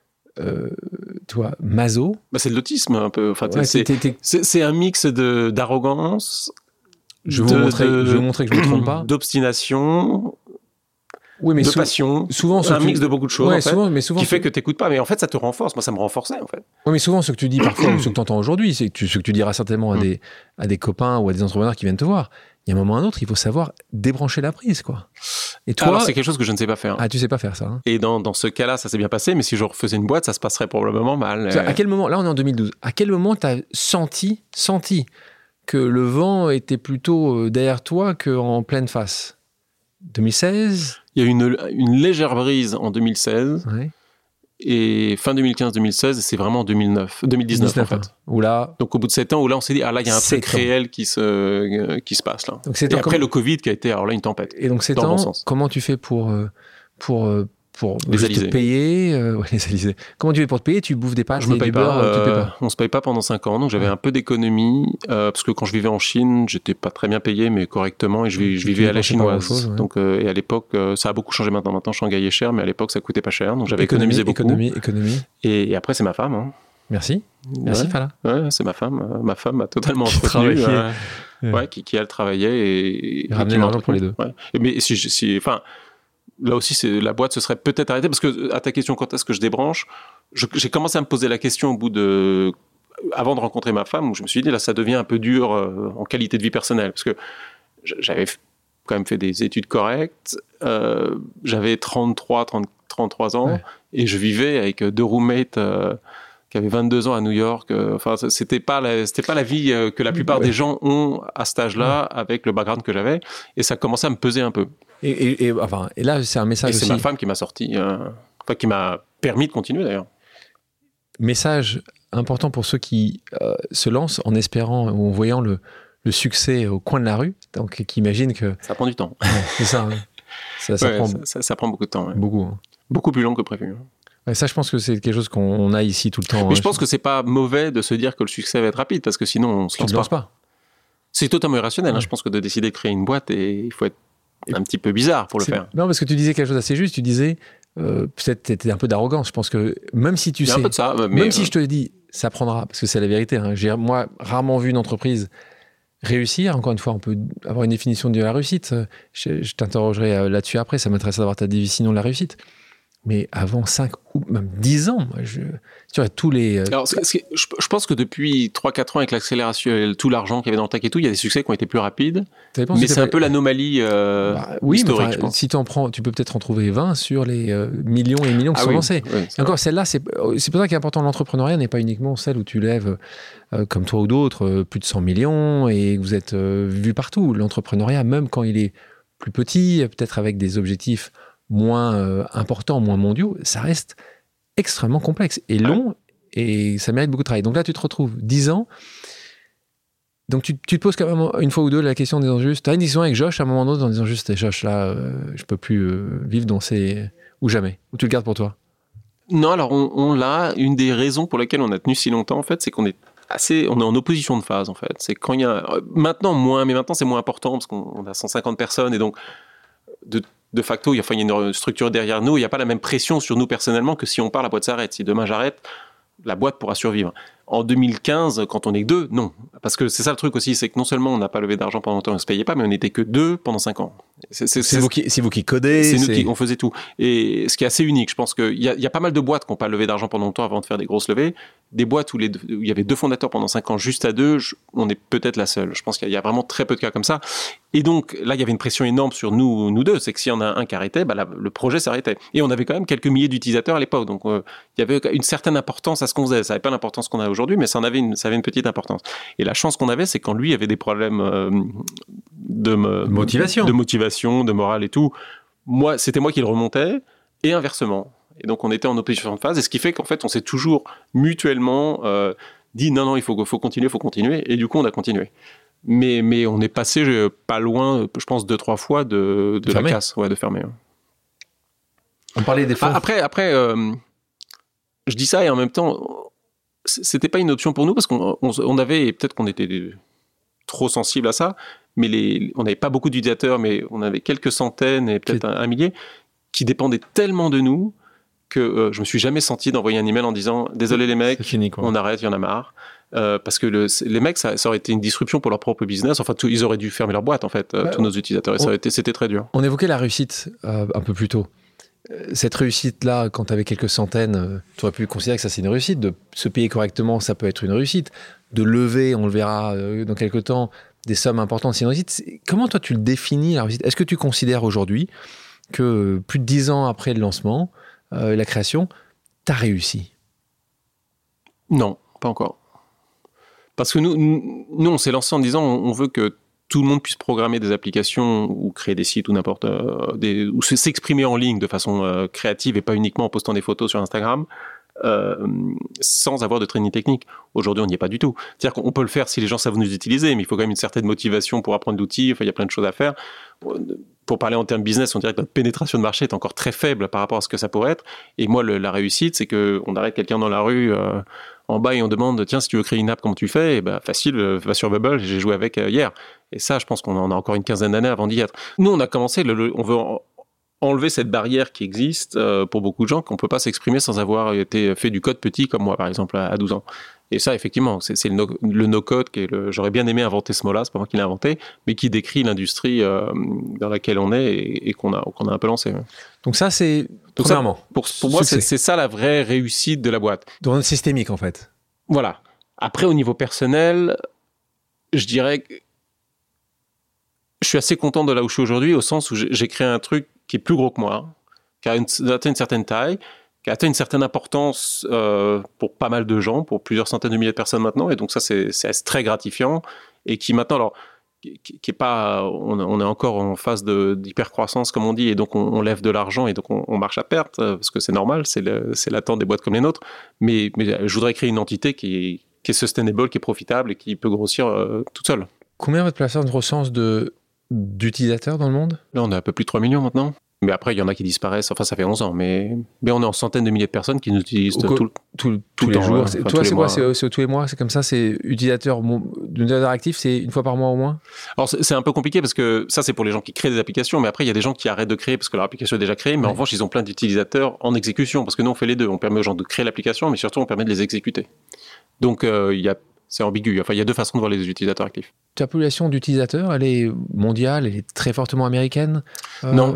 toi, maso... Bah, c'est de l'autisme, un peu. Enfin, c'est un mix d'arrogance... Je vais vous montrer que je ne me trompe pas. D'obstination... Oui, mais passion, souvent c'est un mix de beaucoup de choses en fait, souvent, qui fait que tu n'écoutes pas. Mais en fait, ça te renforce. Moi, ça me renforçait en fait. Oui, mais souvent, ce que tu dis parfois, ou ce que tu entends aujourd'hui, c'est ce que tu diras certainement à des copains ou à des entrepreneurs qui viennent te voir. Il y a un moment ou un autre, il faut savoir débrancher la prise, quoi. Et toi, alors, c'est quelque chose que je ne sais pas faire. Ah, tu sais pas faire ça. Hein. Et dans ce cas-là, ça s'est bien passé, mais si je refaisais une boîte, ça se passerait probablement mal. À quel moment, là, on est en 2012, à quel moment tu as senti que le vent était plutôt derrière toi qu'en pleine face ? 2016 ? Il y a eu une légère brise en 2016. Ouais. Et fin 2015-2016, c'est vraiment 2019 en fait. Là, donc au bout de 7 ans, où là on s'est dit, ah là il y a un truc réel qui se passe là. Donc, et après le Covid qui a été, alors là, une tempête. Et donc 7 ans, bon comment tu fais pour les Alizés. Te payer les Alizés. Comment tu fais pour te payer ? Tu bouffes des pâtes, je me paye pas, on se paye pas pendant 5 ans, donc j'avais un peu d'économie, parce que quand je vivais en Chine, j'étais pas très bien payé, mais correctement, et je vivais à la chinoise. Chose, ouais. Donc, et à l'époque, ça a beaucoup changé maintenant. Maintenant, Shanghai est cher, mais à l'époque, ça coûtait pas cher, donc j'avais économisé beaucoup. Économie. Et après, c'est ma femme. Hein. Merci, Fala. Ouais, c'est ma femme. Ma femme m'a totalement entretenu. Qui elle travaillait et ramenait l'argent pour les deux. Ouais. Mais là aussi, la boîte se serait peut-être arrêtée, parce que à ta question, quand est-ce que je débranche, j'ai commencé à me poser la question avant de rencontrer ma femme, où je me suis dit, là, ça devient un peu dur en qualité de vie personnelle, parce que j'avais quand même fait des études correctes, j'avais 33 ans, et je vivais avec 2 roommates qui avaient 22 ans à New York. Enfin, c'était pas la vie que la plupart des gens ont à cet âge-là, avec le background que j'avais, et ça commençait à me peser un peu. Et là, c'est un message aussi. Et c'est ma femme qui m'a sorti, qui m'a permis de continuer d'ailleurs. Message important pour ceux qui se lancent en espérant ou en voyant le succès au coin de la rue, donc qui imaginent que... Ça prend du temps. C'est ça. Ça prend beaucoup de temps. Ouais. Beaucoup. Hein. Beaucoup plus long que prévu. Ouais, ça, je pense que c'est quelque chose qu'on a ici tout le temps. Mais je pense que c'est pas mauvais de se dire que le succès va être rapide, parce que sinon on se lance pas. C'est totalement irrationnel. Je pense que de décider de créer une boîte, il faut être un petit peu bizarre pour le faire. Non, parce que tu disais quelque chose d'assez juste. Tu disais, peut-être t'étais un peu d'arrogance. Je pense que même si tu sais, un peu de ça, même si je te dis, ça prendra, parce que c'est la vérité. Hein. J'ai moi rarement vu une entreprise réussir. Encore une fois, on peut avoir une définition de la réussite. Je t'interrogerai là-dessus après. Ça m'intéresse d'avoir ta définition de la réussite. Mais avant 5 ou même 10 ans, tu vois, tous les... Alors, je pense que depuis 3-4 ans, avec l'accélération, tout l'argent qu'il y avait dans le tech et tout, il y a des succès qui ont été plus rapides. Mais c'est un peu l'anomalie historique, mais je pense. Si tu en prends, tu peux peut-être en trouver 20 sur les millions et millions qui sont lancés. Oui, encore, celle-là, c'est pour ça qu'il est important, l'entrepreneuriat n'est pas uniquement celle où tu lèves, comme toi ou d'autres, plus de 100 millions et vous êtes vu partout. L'entrepreneuriat, même quand il est plus petit, peut-être avec des objectifs moins importants, moins mondiaux, ça reste extrêmement complexe et long, et ça mérite beaucoup de travail. Donc là, tu te retrouves 10 ans, donc tu te poses quand même une fois ou deux la question en disant juste, tu as une discussion avec Josh à un moment donné en disant juste, Josh, là, je peux plus vivre dans ces... ou jamais, ou tu le gardes pour toi? Non, alors on l'a, une des raisons pour lesquelles on a tenu si longtemps, en fait, c'est qu'on est en opposition de phase, en fait. C'est quand il y a... Maintenant, moins, mais maintenant c'est moins important, parce qu'on a 150 personnes, et donc... De facto, il y a une structure derrière nous, il n'y a pas la même pression sur nous personnellement que si on part, la boîte s'arrête. Si demain j'arrête, la boîte pourra survivre. En 2015, quand on est que 2, non. Parce que c'est ça le truc aussi, c'est que non seulement on n'a pas levé d'argent pendant longtemps, on ne se payait pas, mais on n'était que 2 pendant 5 ans. C'est vous qui codez. C'est nous qui on faisait tout. Et ce qui est assez unique, je pense qu'il y a pas mal de boîtes qui n'ont pas levé d'argent pendant longtemps avant de faire des grosses levées. Des boîtes où il y avait 2 fondateurs pendant 5 ans juste à 2, on est peut-être la seule. Je pense qu'il y a vraiment très peu de cas comme ça. Et donc là, il y avait une pression énorme sur nous deux. C'est que s'il y en a un qui arrêtait, le projet s'arrêtait. Et on avait quand même quelques milliers d'utilisateurs à l'époque. Donc il y avait une certaine importance à ce qu'on faisait. Ça n'avait pas l'importance qu'on a aujourd'hui, mais ça avait une petite importance. Et la chance qu'on avait, c'est quand lui avait des problèmes de motivation, de morale et tout. C'était moi qui le remontais, et inversement. Et donc on était en opposition de phase, et ce qui fait qu'en fait on s'est toujours mutuellement dit non, il faut continuer, et du coup on a continué. Mais on est passé pas loin, je pense 2-3 fois de la casse, de fermer. On parlait des fonds. Après, je dis ça et en même temps, c'était pas une option pour nous parce qu'on avait, et peut-être qu'on était trop sensible à ça, mais on n'avait pas beaucoup d'utilisateurs, mais on avait quelques centaines et peut-être un millier qui dépendaient tellement de nous que je me suis jamais senti d'envoyer un email en disant désolé les mecs, fini, on arrête, il y en a marre. Parce que les mecs, ça aurait été une disruption pour leur propre business. Enfin, ils auraient dû fermer leur boîte, en fait, tous nos utilisateurs. Et c'était très dur. On évoquait la réussite un peu plus tôt. Cette réussite-là, quand tu avais quelques centaines, tu aurais pu considérer que ça, c'est une réussite. De se payer correctement, ça peut être une réussite. De lever, on le verra dans quelques temps, des sommes importantes, c'est une réussite. Comment, toi, tu le définis, la réussite ? Est-ce que tu considères aujourd'hui que plus de 10 ans après le lancement, la création, tu as réussi ? Non, pas encore. Parce que nous, on s'est lancé en disant on veut que tout le monde puisse programmer des applications ou créer des sites ou n'importe ou s'exprimer en ligne de façon créative et pas uniquement en postant des photos sur Instagram sans avoir de training technique. Aujourd'hui, on n'y est pas du tout. C'est-à-dire qu'on peut le faire si les gens savent nous utiliser, mais il faut quand même une certaine motivation pour apprendre l'outil. Enfin, il y a plein de choses à faire. Pour parler en termes business, on dirait que notre pénétration de marché est encore très faible par rapport à ce que ça pourrait être. Et moi, la réussite, c'est qu'on arrête quelqu'un dans la rue en bas et on demande tiens, si tu veux créer une app, comment tu fais ? Et facile, va sur Bubble, j'ai joué avec hier. Et ça, je pense qu'on en a encore une quinzaine d'années avant d'y être. Nous, on a commencé, on veut enlever cette barrière qui existe pour beaucoup de gens, qu'on ne peut pas s'exprimer sans avoir fait du code petit comme moi, par exemple, à 12 ans. Et ça, effectivement, c'est le no-code j'aurais bien aimé inventer ce mot-là, c'est pas moi qui l'ai inventé, mais qui décrit l'industrie dans laquelle on est et qu'on a un peu lancé. Donc ça, c'est premièrement. Pour moi, c'est ça la vraie réussite de la boîte. Dans le systémique, en fait. Voilà. Après, au niveau personnel, je dirais que je suis assez content de là où je suis aujourd'hui, au sens où j'ai créé un truc qui est plus gros que moi, qui a atteint une certaine taille, qui a atteint une certaine importance pour pas mal de gens, pour plusieurs centaines de milliers de personnes maintenant, et donc ça c'est très gratifiant, et qui maintenant, alors, qui est pas, on est encore en phase d'hypercroissance comme on dit, et donc on lève de l'argent, et donc on marche à perte, parce que c'est normal, c'est l'attente des boîtes comme les nôtres, mais je voudrais créer une entité qui est sustainable, qui est profitable, et qui peut grossir toute seule. Combien votre plateforme recense d'utilisateurs dans le monde ? Là, on a un peu plus de 3 millions maintenant. Mais après, il y en a qui disparaissent. Enfin, ça fait 11 ans. Mais on est en centaines de milliers de personnes qui nous utilisent tous les jours. Toi, c'est quoi ? C'est tous les mois ? C'est comme ça ? C'est utilisateur actif, c'est une fois par mois au moins ? Alors, c'est un peu compliqué parce que ça, c'est pour les gens qui créent des applications. Mais après, il y a des gens qui arrêtent de créer parce que leur application est déjà créée. Mais en revanche, ils ont plein d'utilisateurs en exécution. Parce que nous, on fait les deux. On permet aux gens de créer l'application, mais surtout, on permet de les exécuter. Donc, c'est ambigu. Enfin, il y a deux façons de voir les utilisateurs actifs. Ta population d'utilisateurs, elle est mondiale, elle est très fortement américaine ? Non,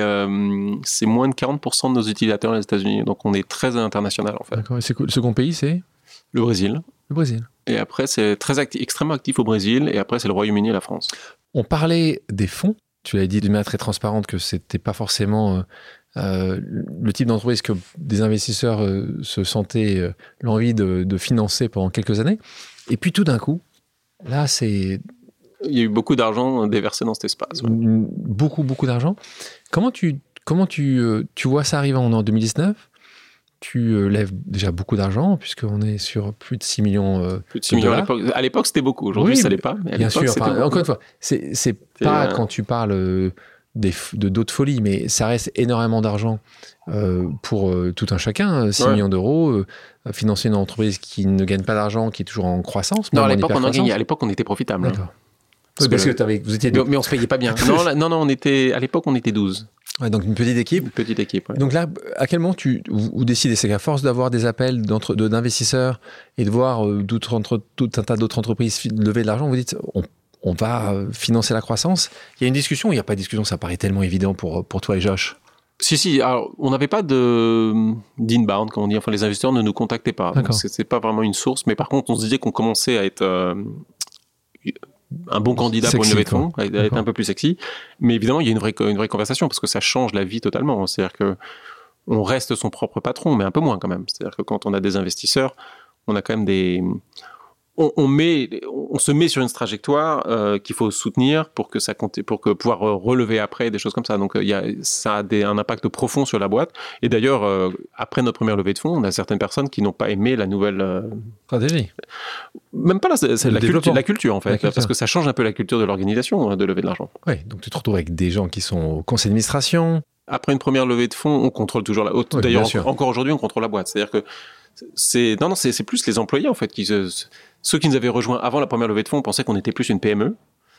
c'est moins de 40% de nos utilisateurs aux États-Unis. Donc, on est très international, en fait. D'accord. Et le second pays, c'est ? Le Brésil. Le Brésil. Et après, c'est extrêmement actif au Brésil. Et après, c'est le Royaume-Uni et la France. On parlait des fonds. Tu l'as dit de manière très transparente que c'était pas forcément le type d'entreprise que des investisseurs se sentaient l'envie de financer pendant quelques années. Et puis tout d'un coup, là, il y a eu beaucoup d'argent déversé dans cet espace. Ouais. Beaucoup d'argent. Comment tu vois ça arriver en 2019 ? Tu lèves déjà beaucoup d'argent, puisqu'on est sur plus de 6 millions plus de 6 millions à l'époque, c'était beaucoup. Aujourd'hui, ça l'est pas. Mais bien sûr. Encore une fois, c'est pas quand tu parles de d'autres folies, mais ça reste énormément d'argent pour tout un chacun. 6 millions d'euros, financer une entreprise qui ne gagne pas d'argent, qui est toujours en croissance. Non, à l'époque, à l'époque, on était profitable. D'accord. Parce que vous étiez 2. Mais on se payait pas bien. Non, à l'époque, on était 12. Ouais, donc une petite équipe. Une petite équipe, ouais. Donc là, à quel moment vous décidez? C'est qu'à force d'avoir des appels d'investisseurs et de voir tout un tas d'autres entreprises lever de l'argent, vous dites on va financer la croissance. Il y a une discussion, il n'y a pas de discussion, ça paraît tellement évident pour toi et Josh. Si. Alors, on n'avait pas d'inbound, comme on dit. Enfin, les investisseurs ne nous contactaient pas. Donc, c'est pas vraiment une source. Mais par contre, on se disait qu'on commençait à être un bon candidat pour une levée de fonds, à être un peu plus sexy. Mais évidemment, il y a une vraie conversation parce que ça change la vie totalement. C'est-à-dire que on reste son propre patron, mais un peu moins quand même. C'est-à-dire que quand on a des investisseurs, on a quand même on se met sur une trajectoire qu'il faut soutenir pour pouvoir relever après des choses comme ça. Donc ça a un impact profond sur la boîte. Et d'ailleurs, après notre première levée de fonds, on a certaines personnes qui n'ont pas aimé la nouvelle stratégie. Même pas là, c'est la culture en fait, parce que ça change un peu la culture de l'organisation de lever de l'argent. Oui, donc tu te retrouves avec des gens qui sont au conseil d'administration. Après une première levée de fonds, on contrôle toujours la haute. D'ailleurs, encore aujourd'hui, on contrôle la boîte. C'est-à-dire que c'est plus les employés en fait ceux qui nous avaient rejoints avant la première levée de fonds pensaient qu'on était plus une PME.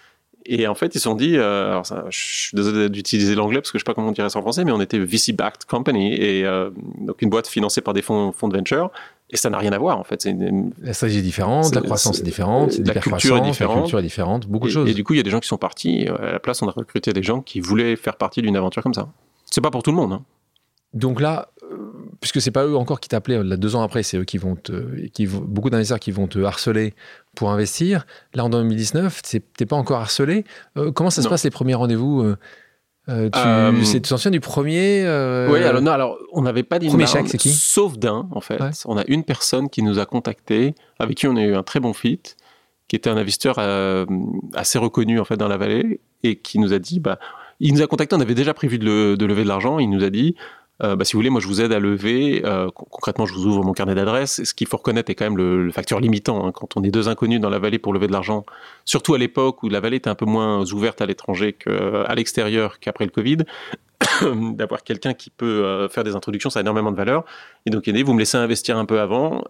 Et en fait, ils se sont dit, alors ça, je suis désolé d'utiliser l'anglais parce que je sais pas comment on dirait ça en français, mais on était VC-backed company, et donc une boîte financée par des fonds de venture, et ça n'a rien à voir en fait. La stratégie est différente, la croissance est différente, la culture est différente, beaucoup de choses. Et du coup, il y a des gens qui sont partis, et à la place, on a recruté des gens qui voulaient faire partie d'une aventure comme ça. C'est pas pour tout le monde, hein. Donc là, puisque c'est pas eux encore qui t'appelaient, là 2 ans après, c'est eux qui vont beaucoup d'investisseurs qui vont te harceler pour investir. Là, en 2019, t'es pas encore harcelé. Comment ça se passe les premiers rendez-vous? Tu te souviens du premier Oui, alors on n'avait pas d'inbound. Premier chèque, c'est qui? Sauf d'un, en fait. Ouais. On a une personne qui nous a contactés, avec qui on a eu un très bon fit, qui était un investisseur assez reconnu en fait dans la vallée, et qui nous a dit, il nous a contacté, on avait déjà prévu de lever de l'argent, il nous a dit, si vous voulez, moi je vous aide à lever. Concrètement, je vous ouvre mon carnet d'adresses. Et ce qu'il faut reconnaître est quand même le facteur limitant. Hein, quand on est 2 inconnus dans la vallée pour lever de l'argent, surtout à l'époque où la vallée était un peu moins ouverte à l'étranger qu'à l'extérieur qu'après le Covid, d'avoir quelqu'un qui peut faire des introductions, ça a énormément de valeur. Et donc, vous me laissez investir un peu avant,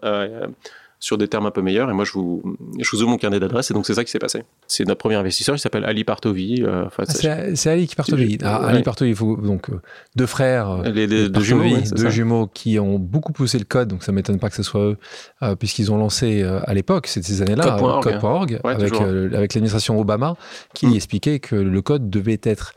sur des termes un peu meilleurs, et moi je vous ouvre mon carnet d'adresses, et donc c'est ça qui s'est passé. C'est notre premier investisseur, il s'appelle Ali Partovi. C'est Ali Partovi. Ali Partovi, il faut donc 2 frères, deux jumeaux qui ont beaucoup poussé le code, donc ça ne m'étonne pas que ce soit eux, puisqu'ils ont lancé à l'époque, ces années-là, code.org, avec l'administration Obama, qui expliquait que le code devait être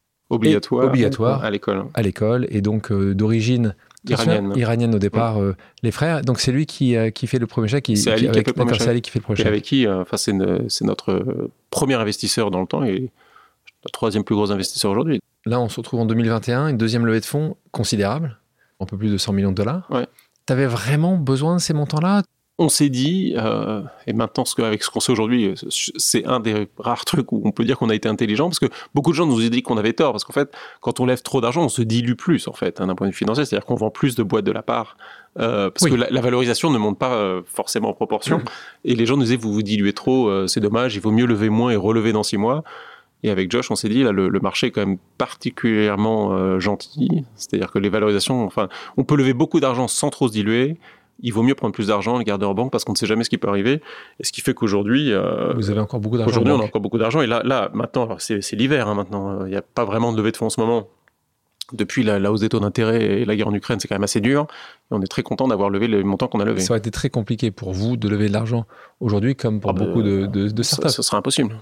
obligatoire à l'école, et donc d'origine iranienne au départ, les frères. Donc c'est lui qui fait le premier chèque. C'est Ali qui fait le premier chèque. C'est Ali qui fait le premier chèque. Et avec qui, c'est notre premier investisseur dans le temps et notre 3e plus gros investisseur aujourd'hui. Là, on se retrouve en 2021, une 2e levée de fonds considérable, un peu plus de $100 millions. Ouais. T'avais vraiment besoin de ces montants-là? On s'est dit, et maintenant avec ce qu'on sait aujourd'hui, c'est un des rares trucs où on peut dire qu'on a été intelligent, parce que beaucoup de gens nous ont dit qu'on avait tort, parce qu'en fait, quand on lève trop d'argent, on se dilue plus, en fait, d'un point de vue financier, c'est-à-dire qu'on vend plus de boîtes de la part, parce que la valorisation ne monte pas forcément en proportion, et les gens nous disaient, vous vous diluez trop, c'est dommage, il vaut mieux lever moins et relever dans 6 mois. Et avec Josh, on s'est dit, là, le marché est quand même particulièrement gentil, c'est-à-dire que les valorisations, on peut lever beaucoup d'argent sans trop se diluer. Il vaut mieux prendre plus d'argent, le garder en banque, parce qu'on ne sait jamais ce qui peut arriver. Et ce qui fait qu'aujourd'hui... Vous avez encore beaucoup d'argent. Aujourd'hui, on a encore beaucoup d'argent. Et là maintenant, c'est l'hiver, hein, maintenant. Il n'y a pas vraiment de levée de fonds en ce moment. Depuis la hausse des taux d'intérêt et la guerre en Ukraine, c'est quand même assez dur. Et on est très content d'avoir levé les montants qu'on a levés. Ça aurait été très compliqué pour vous de lever de l'argent aujourd'hui, comme pour beaucoup de startups. Ce serait impossible.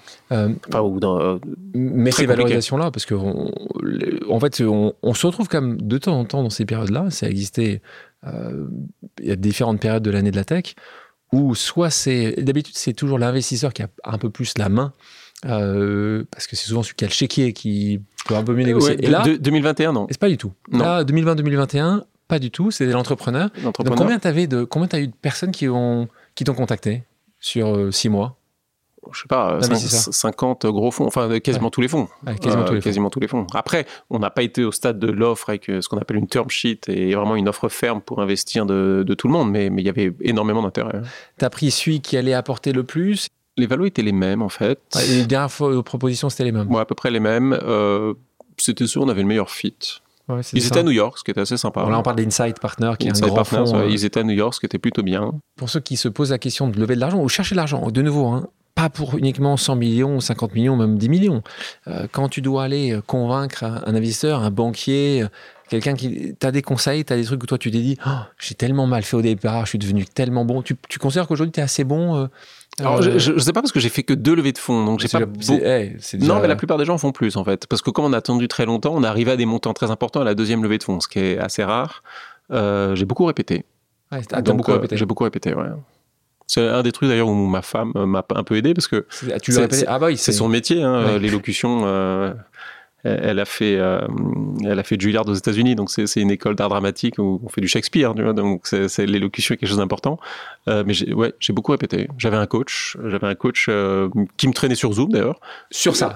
Mais ces valorisations-là, parce qu'en fait, on se retrouve quand même de temps en temps dans ces périodes-là. Ça a existé... il y a différentes périodes de l'année de la tech où d'habitude c'est toujours l'investisseur qui a un peu plus la main, parce que c'est souvent celui qui a le chéquier qui peut un peu mieux négocier. Et là 2021 non, c'est pas du tout. Non. Là 2020-2021 pas du tout, c'est l'entrepreneur. Donc combien t'as eu de personnes qui t'ont contacté sur 6 mois? Je sais pas, 50 gros fonds, quasiment tous les fonds. Quasiment tous les fonds. Après, on n'a pas été au stade de l'offre avec ce qu'on appelle une term sheet et vraiment une offre ferme pour investir de tout le monde, mais il y avait énormément d'intérêt. T'as pris celui qui allait apporter le plus? Les valos étaient les mêmes, en fait. Et les dernières propositions, c'était les mêmes? Ouais, à peu près les mêmes. C'était sûr, on avait le meilleur fit. Ouais, ils étaient à New York, ce qui était assez sympa. Là, on parle d'Insight Partners, qui est un grand fonds. Ils étaient à New York, ce qui était plutôt bien. Pour ceux qui se posent la question de lever de l'argent ou chercher de l'argent, de nouveau, pas pour uniquement 100 millions, 50 millions, même 10 millions. Quand tu dois aller convaincre un investisseur, un banquier, quelqu'un qui... Tu as des conseils, tu as des trucs où toi tu t'es dit j'ai tellement mal fait au départ, je suis devenu tellement bon. Tu considères qu'aujourd'hui tu es assez bon Alors, je sais pas parce que j'ai fait que 2 levées de fonds, donc j'ai pas. Non, mais la plupart des gens en font plus en fait, parce que comme on a attendu très longtemps, on est arrivé à des montants très importants à la 2e levée de fonds, ce qui est assez rare. J'ai beaucoup répété. J'ai beaucoup répété, ouais. C'est un des trucs d'ailleurs où ma femme m'a un peu aidé parce que tu l'as répété. Oui, c'est son métier, hein, l'élocution. Elle a fait Juilliard aux États-Unis, donc c'est une école d'art dramatique où on fait du Shakespeare, tu vois, donc c'est l'élocution est quelque chose d'important. Mais j'ai beaucoup répété. J'avais un coach qui me traînait sur Zoom d'ailleurs. Sur ça,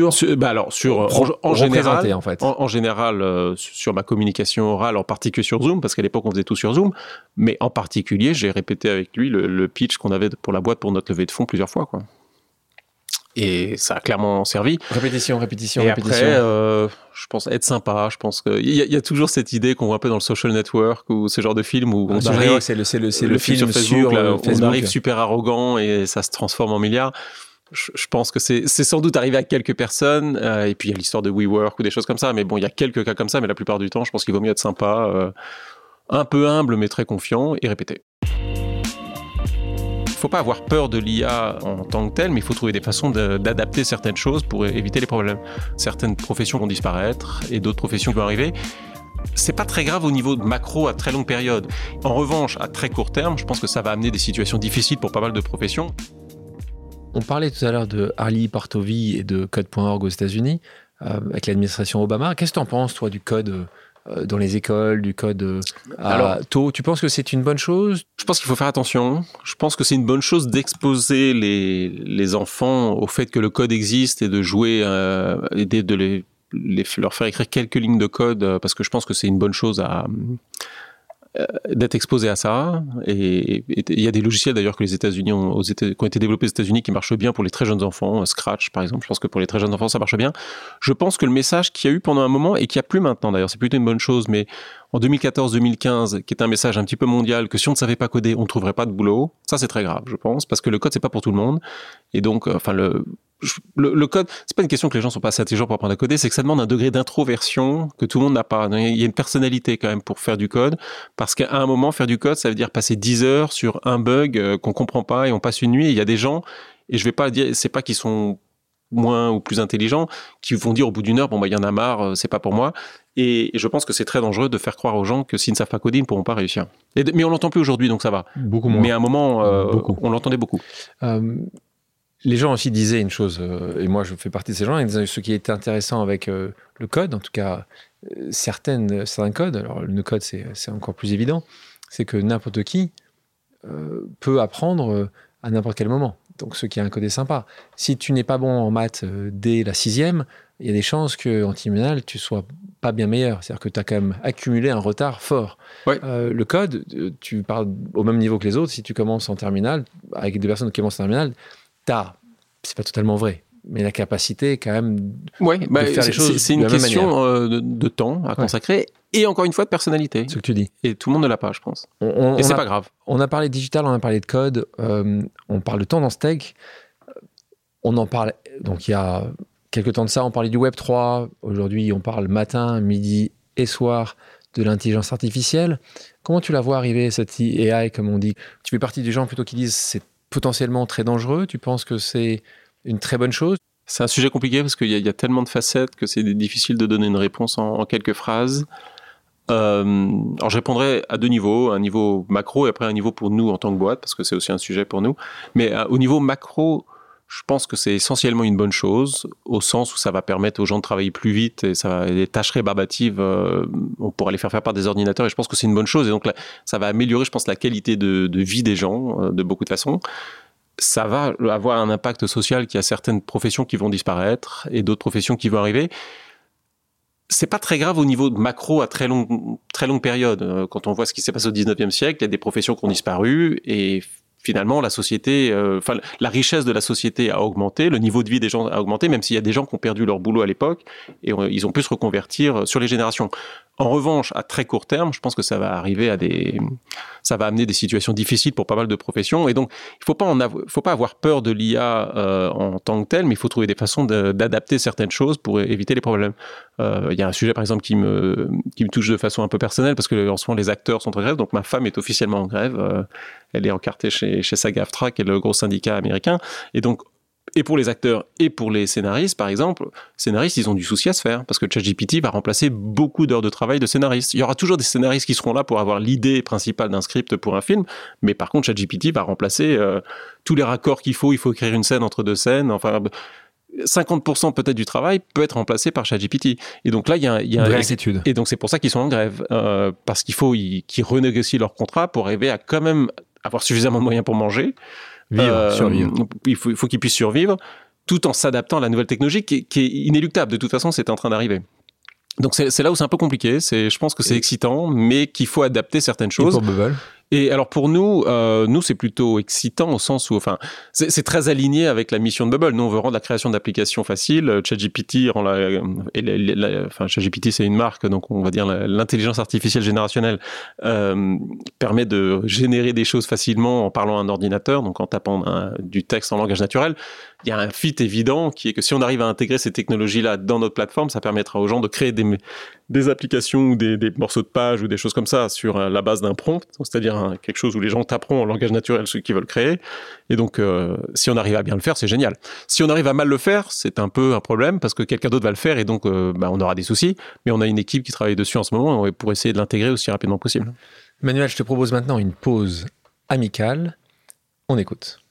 en général, en fait. En général, sur ma communication orale, en particulier sur Zoom, parce qu'à l'époque on faisait tout sur Zoom. Mais en particulier, j'ai répété avec lui le pitch qu'on avait pour la boîte pour notre levée de fonds plusieurs fois, quoi. Et ça a clairement servi. Répétition. Après, je pense être sympa. Je pense qu'il y a toujours cette idée qu'on voit un peu dans le social network ou ce genre de film où on arrive, c'est le film sur Facebook, on arrive super arrogant et ça se transforme en milliards. Je pense que c'est sans doute arrivé à quelques personnes. Et puis il y a l'histoire de WeWork ou des choses comme ça. Mais bon, il y a quelques cas comme ça. Mais la plupart du temps, je pense qu'il vaut mieux être sympa, un peu humble mais très confiant et répéter. Il ne faut pas avoir peur de l'IA en tant que telle, mais il faut trouver des façons d'adapter certaines choses pour éviter les problèmes. Certaines professions vont disparaître et d'autres professions vont arriver. C'est pas très grave au niveau de macro à très longue période. En revanche, à très court terme, je pense que ça va amener des situations difficiles pour pas mal de professions. On parlait tout à l'heure de Harley Partovi et de Code.org aux États-Unis, avec l'administration Obama. Qu'est-ce que tu en penses, toi, du code dans les écoles, du code tôt? Tu penses que c'est une bonne chose? Je pense qu'il faut faire attention. Je pense que c'est une bonne chose d'exposer les enfants au fait que le code existe et de jouer, et de leur faire écrire quelques lignes de code, parce que je pense que c'est une bonne chose d'être exposé à ça. Et il y a des logiciels d'ailleurs que les États-Unis qui ont été développés aux États-Unis qui marchent bien pour les très jeunes enfants. Scratch par exemple, je pense que pour les très jeunes enfants ça marche bien. Je pense que le message qu'il y a eu pendant un moment et qu'il n'y a plus maintenant d'ailleurs, c'est plutôt une bonne chose, mais en 2014-2015, qui est un message un petit peu mondial, que si on ne savait pas coder, on ne trouverait pas de boulot, ça c'est très grave je pense, parce que le code c'est pas pour tout le monde. Et donc le code, c'est pas une question que les gens sont pas assez intelligents pour apprendre à coder, c'est que ça demande un degré d'introversion que tout le monde n'a pas. Il y a une personnalité quand même pour faire du code, parce qu'à un moment, faire du code, ça veut dire passer 10 heures sur un bug qu'on comprend pas et on passe une nuit. Et il y a des gens, et je vais pas dire, c'est pas qu'ils sont moins ou plus intelligents, qui vont dire au bout d'une heure, il y en a marre, c'est pas pour moi. Et je pense que c'est très dangereux de faire croire aux gens que s'ils ne savent pas coder, ils ne pourront pas réussir. Mais on l'entend plus aujourd'hui, donc ça va. Beaucoup moins. Mais à un moment, on l'entendait beaucoup. Les gens aussi disaient une chose, et moi je fais partie de ces gens, ce qui est intéressant avec le code, en tout cas certains codes, alors le no-code c'est encore plus évident, c'est que n'importe qui peut apprendre à n'importe quel moment. Donc ce qui est un code est sympa. Si tu n'es pas bon en maths dès la 6e, il y a des chances qu'en terminale tu sois pas bien meilleur. C'est-à-dire que tu as quand même accumulé un retard fort. Ouais. Le code, tu parles au même niveau que les autres. Si tu commences en terminale, avec des personnes qui commencent en terminale, c'est pas totalement vrai, mais la capacité quand même de faire les choses c'est une question de temps à consacrer et encore une fois de personnalité. C'est ce que tu dis. Et tout le monde ne l'a pas, je pense. Et c'est pas grave. On a parlé de digital, on a parlé de code, on parle de tendance tech, on en parle, donc il y a quelques temps de ça, on parlait du Web 3, aujourd'hui on parle matin, midi et soir de l'intelligence artificielle. Comment tu la vois arriver, cette AI, comme on dit? Tu fais partie des gens plutôt qui disent c'est potentiellement très dangereux? Tu penses que c'est une très bonne chose? C'est un sujet compliqué parce qu'il y a tellement de facettes que c'est difficile de donner une réponse en quelques phrases. Alors je répondrai à 2 niveaux, un niveau macro et après un niveau pour nous en tant que boîte, parce que c'est aussi un sujet pour nous. Mais au niveau macro, je pense que c'est essentiellement une bonne chose, au sens où ça va permettre aux gens de travailler plus vite et les tâches rébarbatives, on pourra les faire par des ordinateurs et je pense que c'est une bonne chose. Et donc là, ça va améliorer, je pense, la qualité de vie des gens de beaucoup de façons. Ça va avoir un impact social qui a certaines professions qui vont disparaître et d'autres professions qui vont arriver. C'est pas très grave au niveau de macro à très longue période. Quand on voit ce qui s'est passé au 19e siècle, il y a des professions qui ont disparu et finalement, la société, la richesse de la société a augmenté, le niveau de vie des gens a augmenté, même s'il y a des gens qui ont perdu leur boulot à l'époque et ils ont pu se reconvertir sur les générations. En revanche, à très court terme, je pense que ça va amener des situations difficiles pour pas mal de professions. Et donc, il faut pas avoir peur de l'IA en tant que tel, mais il faut trouver des façons d'adapter certaines choses pour éviter les problèmes. Il y a un sujet, par exemple, qui me touche de façon un peu personnelle, parce que en ce moment, les acteurs sont en grève. Donc, ma femme est officiellement en grève. Elle est encartée chez SAG-AFTRA, qui est le gros syndicat américain. Et donc, et pour les acteurs et pour les scénaristes, par exemple, scénaristes, ils ont du souci à se faire parce que ChatGPT va remplacer beaucoup d'heures de travail de scénaristes. Il y aura toujours des scénaristes qui seront là pour avoir l'idée principale d'un script pour un film, mais par contre, ChatGPT va remplacer tous les raccords qu'il faut. Il faut écrire une scène entre deux scènes. Enfin, 50% peut-être du travail peut être remplacé par ChatGPT. Et donc là, il y a une inquiétude. Et donc c'est pour ça qu'ils sont en grève, parce qu'il faut qu'ils renégocient leur contrat pour arriver à quand même avoir suffisamment de moyens pour manger. Survivre. Il faut qu'ils puissent survivre tout en s'adaptant à la nouvelle technologie qui est inéluctable. De toute façon, c'est en train d'arriver. Donc c'est là où c'est un peu compliqué. Je pense que c'est excitant, mais qu'il faut adapter certaines choses. Et pour Bubble ? Et alors pour nous, c'est plutôt excitant au sens où, enfin, c'est très aligné avec la mission de Bubble. Nous, on veut rendre la création d'applications facile. ChatGPT rend ChatGPT, c'est une marque, donc on va dire l'intelligence artificielle générationnelle permet de générer des choses facilement en parlant à un ordinateur, donc en tapant du texte en langage naturel. Il y a un fit évident qui est que si on arrive à intégrer ces technologies-là dans notre plateforme, ça permettra aux gens de créer des applications ou des morceaux de pages ou des choses comme ça sur la base d'un prompt, c'est-à-dire quelque chose où les gens taperont en langage naturel ce qu'ils veulent créer. Et donc, si on arrive à bien le faire, c'est génial. Si on arrive à mal le faire, c'est un peu un problème parce que quelqu'un d'autre va le faire et donc on aura des soucis. Mais on a une équipe qui travaille dessus en ce moment pour essayer de l'intégrer aussi rapidement possible. Manuel, je te propose maintenant une pause amicale. On écoute.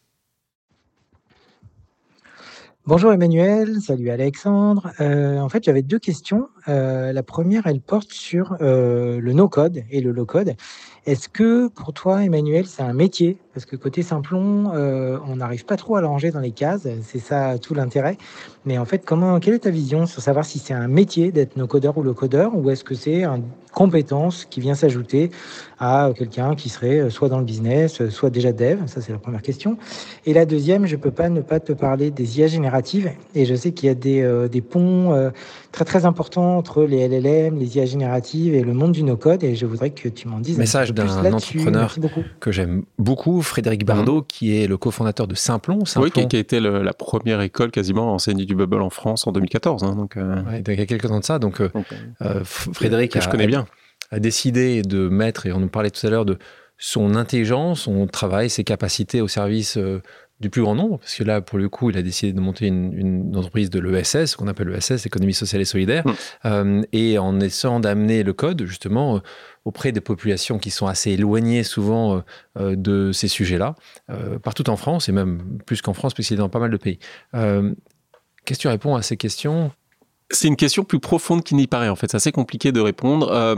Bonjour Emmanuel, salut Alexandre. En fait, j'avais 2 questions. La première, elle porte sur le no-code et le low-code. Est-ce que pour toi, Emmanuel, c'est un métier? Parce que côté Simplon, on n'arrive pas trop à le ranger dans les cases. C'est ça tout l'intérêt. Mais en fait, quelle est ta vision sur savoir si c'est un métier d'être no-codeur ou low-codeur, ou est-ce que c'est une compétence qui vient s'ajouter à quelqu'un qui serait soit dans le business, soit déjà dev? Ça, c'est la première question. Et la deuxième, je peux pas ne pas te parler des IA génératives. Et je sais qu'il y a des ponts très très importants entre les LLM, les IA génératives et le monde du no-code. Et je voudrais que tu m'en dises message un peu plus d'un là-dessus. entrepreneur que j'aime beaucoup, Frédéric Bardot, qui est le cofondateur de Simplon. Oui, qui a été la première école quasiment à enseigner du Bubble en France en 2014. Donc il y a quelques temps de ça. Donc Frédéric, que je connais bien, a décidé de mettre, et on nous parlait tout à l'heure de son intelligence, son travail, ses capacités au service du plus grand nombre, parce que là, pour le coup, il a décidé de monter une entreprise de l'ESS, qu'on appelle l'ESS, Économie Sociale et Solidaire, et en essayant d'amener le code, justement, auprès des populations qui sont assez éloignées, souvent, de ces sujets-là, partout en France, et même plus qu'en France, puisqu'il est dans pas mal de pays. Qu'est-ce que tu réponds à ces questions ? C'est une question plus profonde qu'il n'y paraît, en fait. C'est assez compliqué de répondre.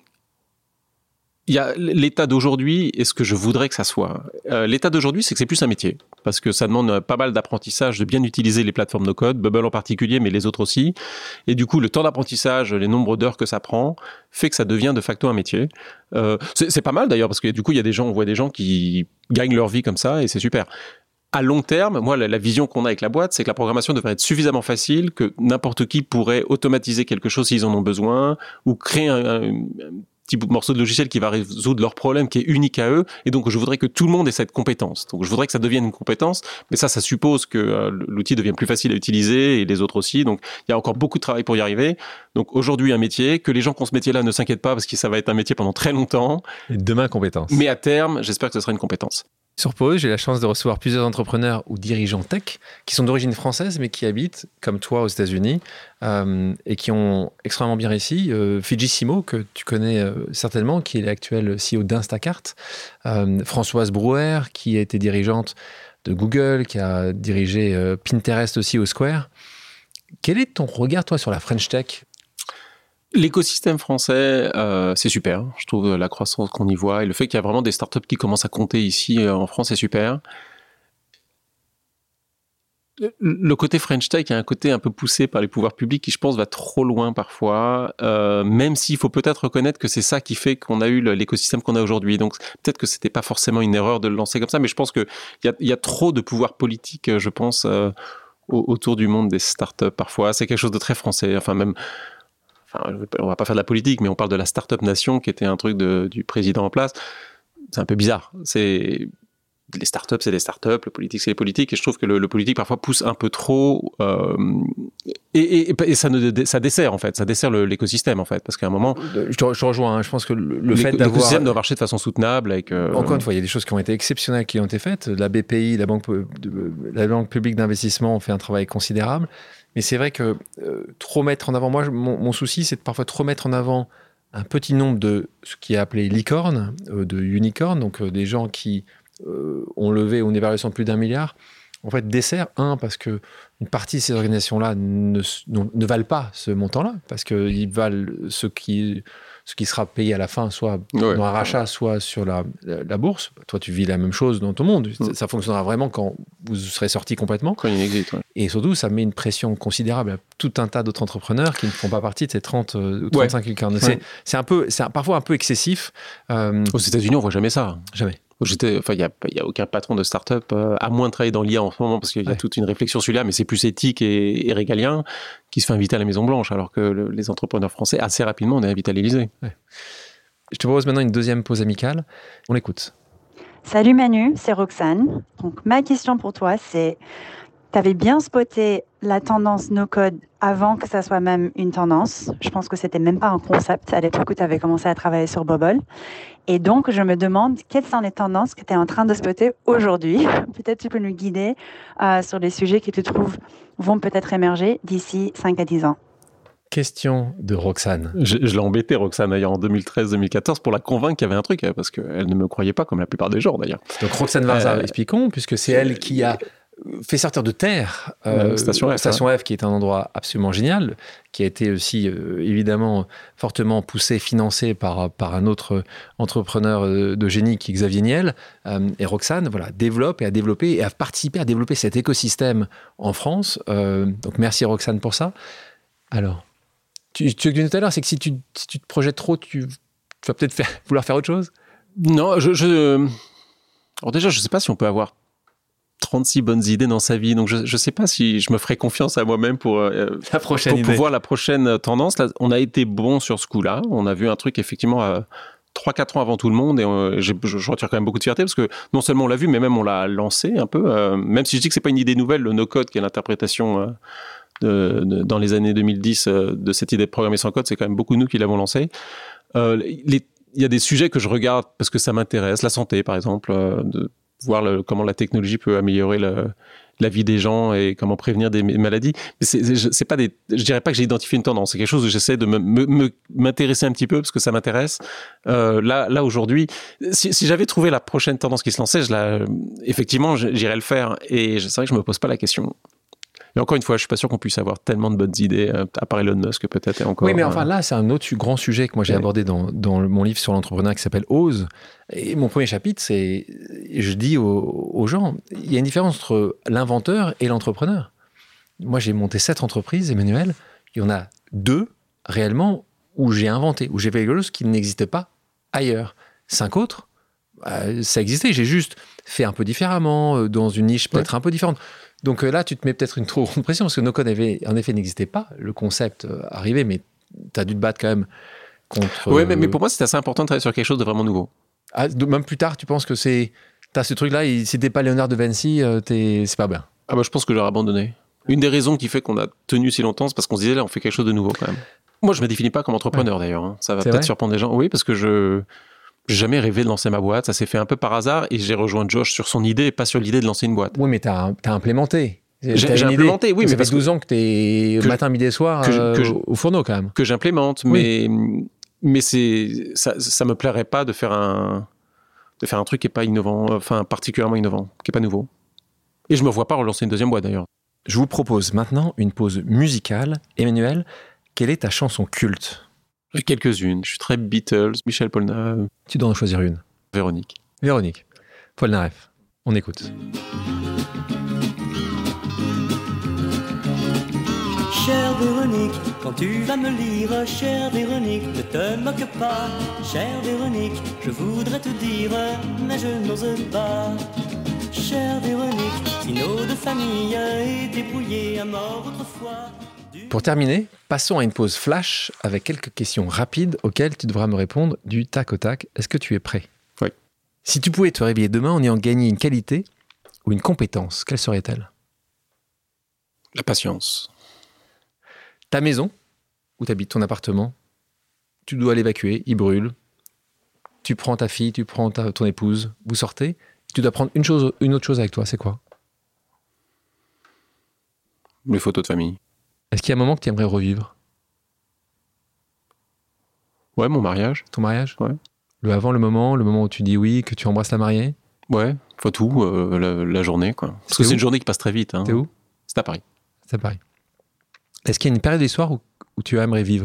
Il y a l'état d'aujourd'hui et ce que je voudrais que ça soit. L'état d'aujourd'hui, c'est que c'est plus un métier, parce que ça demande pas mal d'apprentissage, de bien utiliser les plateformes no-code, Bubble en particulier, mais les autres aussi. Et du coup, le temps d'apprentissage, les nombres d'heures que ça prend, fait que ça devient de facto un métier. C'est pas mal d'ailleurs, parce que du coup, on voit des gens qui gagnent leur vie comme ça, et c'est super. À long terme, moi, la vision qu'on a avec la boîte, c'est que la programmation devrait être suffisamment facile que n'importe qui pourrait automatiser quelque chose s'ils en ont besoin, ou créer un petit morceau de logiciel qui va résoudre leur problème, qui est unique à eux. Et donc, je voudrais que tout le monde ait cette compétence. Donc, je voudrais que ça devienne une compétence, mais ça suppose que l'outil devienne plus facile à utiliser et les autres aussi. Donc, il y a encore beaucoup de travail pour y arriver. Donc, aujourd'hui, un métier, que les gens qui ont ce métier-là ne s'inquiètent pas parce que ça va être un métier pendant très longtemps. Et demain, compétence. Mais à terme, j'espère que ce sera une compétence. Sur Pause, j'ai la chance de recevoir plusieurs entrepreneurs ou dirigeants tech qui sont d'origine française mais qui habitent, comme toi, aux États-Unis et qui ont extrêmement bien réussi. Fidjissimo, que tu connais certainement, qui est l'actuel CEO d'Instacart. Françoise Brouwer, qui a été dirigeante de Google, qui a dirigé Pinterest aussi au Square. Quel est ton regard, toi, sur la French Tech ? L'écosystème français, c'est super. Je trouve la croissance qu'on y voit et le fait qu'il y a vraiment des startups qui commencent à compter ici en France, c'est super. Le côté French Tech, il y a un côté un peu poussé par les pouvoirs publics qui, je pense, va trop loin parfois, même s'il faut peut-être reconnaître que c'est ça qui fait qu'on a eu l'écosystème qu'on a aujourd'hui. Donc peut-être que c'était pas forcément une erreur de le lancer comme ça, mais je pense qu'il y a trop de pouvoir politique, je pense, autour du monde des startups parfois. C'est quelque chose de très français, on va pas faire de la politique, mais on parle de la startup nation qui était un truc du président en place. C'est un peu bizarre. Les startups, c'est les startups, le politique, c'est les politiques, et je trouve que le politique parfois pousse un peu trop, et ça dessert en fait, ça dessert l'écosystème en fait, parce qu'à un moment, je te rejoins. Je pense que le fait d'avoir l'écosystème doit marcher de façon soutenable. Encore une fois, il y a des choses qui ont été exceptionnelles qui ont été faites. La BPI, la Banque publique d'investissement, ont fait un travail considérable, mais c'est vrai que trop mettre en avant. Moi, mon souci, c'est de parfois trop mettre en avant un petit nombre de ce qui est appelé licorne, de unicorn, donc des gens qui ont levé une évaluation de plus d'1 milliard, en fait, dessert, parce que une partie de ces organisations-là ne valent pas ce montant-là, parce qu'ils valent ce qui sera payé à la fin, soit dans un rachat, soit sur la bourse. Toi, tu vis la même chose dans ton monde. Ça fonctionnera vraiment quand vous serez sorti complètement. Quand il y a une exit, ouais. Et surtout, ça met une pression considérable à tout un tas d'autres entrepreneurs qui ne font pas partie de ces 30 ou 35 licornes. C'est parfois un peu excessif. Aux États-Unis, on voit jamais ça. Jamais. Il n'y a aucun patron de start-up, à moins de travailler dans l'IA en ce moment, parce qu'il y a toute une réflexion sur l'IA, mais c'est plus éthique et régalien, qui se fait inviter à la Maison-Blanche, alors que les entrepreneurs français, assez rapidement, on est invité à l'Élysée. Ouais. Je te propose maintenant une deuxième pause amicale. On l'écoute. Salut Manu, c'est Roxane. Donc, ma question pour toi, c'est... Tu avais bien spoté la tendance no-code avant que ça soit même une tendance. Je pense que c'était même pas un concept à l'époque où tu avais commencé à travailler sur Bubble. Et donc, je me demande quelles sont les tendances que tu es en train de spotter aujourd'hui. Peut-être tu peux nous guider sur les sujets qui, tu trouves, vont peut-être émerger d'ici 5 à 10 ans. Question de Roxane. Je l'ai embêté, Roxane, d'ailleurs, en 2013-2014, pour la convaincre qu'il y avait un truc, parce qu'elle ne me croyait pas, comme la plupart des gens, d'ailleurs. Donc, Roxane Varza, expliquons, puisque c'est elle qui a fait sortir de terre Station F, qui est un endroit absolument génial, qui a été aussi évidemment fortement poussé, financé par un autre entrepreneur de génie qui est Xavier Niel. Et Roxane développe et a développé et a participé à développer cet écosystème en France. Donc merci Roxane pour ça. Alors, ce que tu disais tout à l'heure, c'est que si tu te projettes trop, tu vas peut-être vouloir faire autre chose. Non, alors déjà, je ne sais pas si on peut avoir 36 bonnes idées dans sa vie, donc je ne sais pas si je me ferai confiance à moi-même pour voir la prochaine tendance. Là, on a été bon sur ce coup-là, on a vu un truc effectivement 3-4 ans avant tout le monde, et je retire quand même beaucoup de fierté, parce que non seulement on l'a vu, mais même on l'a lancé un peu, même si je dis que c'est pas une idée nouvelle, le no-code qui est l'interprétation dans les années 2010 de cette idée de programmer sans code, c'est quand même beaucoup nous qui l'avons lancé. Il y a des sujets que je regarde parce que ça m'intéresse, la santé par exemple, de voir comment la technologie peut améliorer la vie des gens et comment prévenir des maladies. Mais c'est pas je dirais pas que j'ai identifié une tendance. C'est quelque chose où j'essaie de m'intéresser un petit peu parce que ça m'intéresse. Là aujourd'hui, si j'avais trouvé la prochaine tendance qui se lançait, effectivement, j'irais le faire. Et c'est vrai que je me pose pas la question. Mais encore une fois, je suis pas sûr qu'on puisse avoir tellement de bonnes idées, à part Elon Musk peut-être et encore. Oui, mais enfin là, c'est un autre grand sujet que moi j'ai abordé dans mon livre sur l'entrepreneur qui s'appelle Ose. Et mon premier chapitre, je dis aux gens, il y a une différence entre l'inventeur et l'entrepreneur. Moi, j'ai monté 7 entreprises, Emmanuel. Il y en a 2 réellement où j'ai inventé, où j'ai fait quelque chose qui n'existait pas ailleurs. 5 autres, ça existait. J'ai juste fait un peu différemment, dans une niche peut-être un peu différente. Donc là, tu te mets peut-être une trop grande pression, parce que no-code, en effet, n'existait pas. Le concept arrivait, mais tu as dû te battre quand même contre... Oui, mais pour moi, c'est assez important de travailler sur quelque chose de vraiment nouveau. Même plus tard, tu penses que t'as ce truc-là, si t'es pas Léonard de Vinci, c'est pas bien. Je pense que j'aurais abandonné. Une des raisons qui fait qu'on a tenu si longtemps, c'est parce qu'on se disait, là, on fait quelque chose de nouveau quand même. Moi, je me définis pas comme entrepreneur d'ailleurs. Hein. Ça va peut-être surprendre les gens. Oui, parce que j'ai jamais rêvé de lancer ma boîte. Ça s'est fait un peu par hasard et j'ai rejoint Josh sur son idée et pas sur l'idée de lancer une boîte. Oui, mais t'as implémenté. J'ai implémenté, oui. Ça fait 12 ans que t'es matin, midi et soir au fourneau quand même. Que j'implémente, oui. mais ça me plairait pas de faire un truc qui est pas innovant, enfin particulièrement innovant, qui est pas nouveau. Et je me vois pas relancer une deuxième boîte d'ailleurs. Je vous propose maintenant une pause musicale. Emmanuel, quelle est ta chanson culte ? Quelques-unes. Je suis très Beatles, Michel Polnareff. Tu dois en choisir une. Véronique. Polnareff. On écoute. Chère Véronique, quand tu vas me lire, chère Véronique, ne te moque pas. Chère Véronique, je voudrais te dire, mais je n'ose pas. Chère Véronique, si nos deux familles étaient brouillées à mort autrefois. Pour terminer, passons à une pause flash avec quelques questions rapides auxquelles tu devras me répondre du tac au tac. Est-ce que tu es prêt ? Oui. Si tu pouvais te réveiller demain en ayant gagné une qualité ou une compétence, quelle serait-elle ? La patience. Ta maison, où tu habites, ton appartement, tu dois l'évacuer, il brûle. Tu prends ta fille, tu prends ton épouse, vous sortez. Tu dois prendre une autre chose avec toi, c'est quoi ? Les photos de famille. Est-ce qu'il y a un moment que tu aimerais revivre ? Ouais, mon mariage. Ton mariage ? Ouais. Le avant, le moment où tu dis oui, que tu embrasses la mariée ? Ouais, faut tout, la journée, quoi. Parce que c'est une journée qui passe très vite. Hein. T'es où ? C'est à Paris. C'est à Paris. Est-ce qu'il y a une période de l'histoire où tu aimerais vivre ?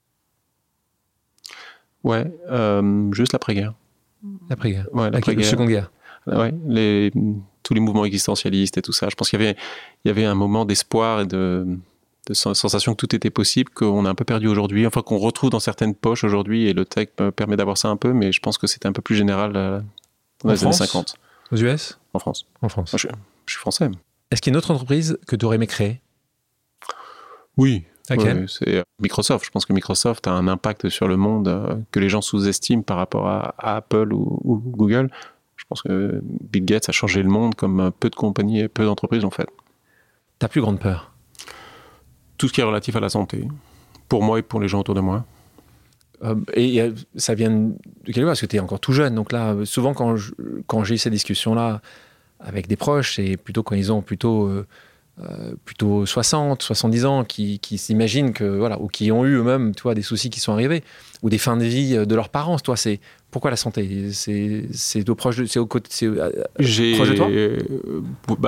Ouais, juste l'après-guerre. L'après-guerre. Ouais, La Seconde Guerre. Ouais, tous les mouvements existentialistes et tout ça. Je pense qu'il y avait un moment d'espoir et de sensation que tout était possible, qu'on a un peu perdu aujourd'hui, enfin qu'on retrouve dans certaines poches aujourd'hui, et le tech permet d'avoir ça un peu, mais je pense que c'était un peu plus général dans les années 50. Aux US ? En France. En France. Moi, je suis français. Est-ce qu'il y a une autre entreprise que tu aurais aimé créer ? Oui. Laquelle ? C'est Microsoft. Je pense que Microsoft a un impact sur le monde que les gens sous-estiment par rapport à Apple ou Google. Je pense que Bill Gates a changé le monde comme peu de compagnies et peu d'entreprises l'ont fait. Ta plus grande peur ? Tout ce qui est relatif à la santé, pour moi et pour les gens autour de moi. Ça vient de quelque part, parce que tu es encore tout jeune. Donc là, souvent, quand j'ai eu ces discussions-là avec des proches, c'est plutôt quand ils ont plutôt 60, 70 ans, qui s'imaginent que, voilà, ou qui ont eu eux-mêmes, tu vois, des soucis qui sont arrivés, ou des fins de vie de leurs parents. Toi, c'est pourquoi la santé ? C'est proche de toi ?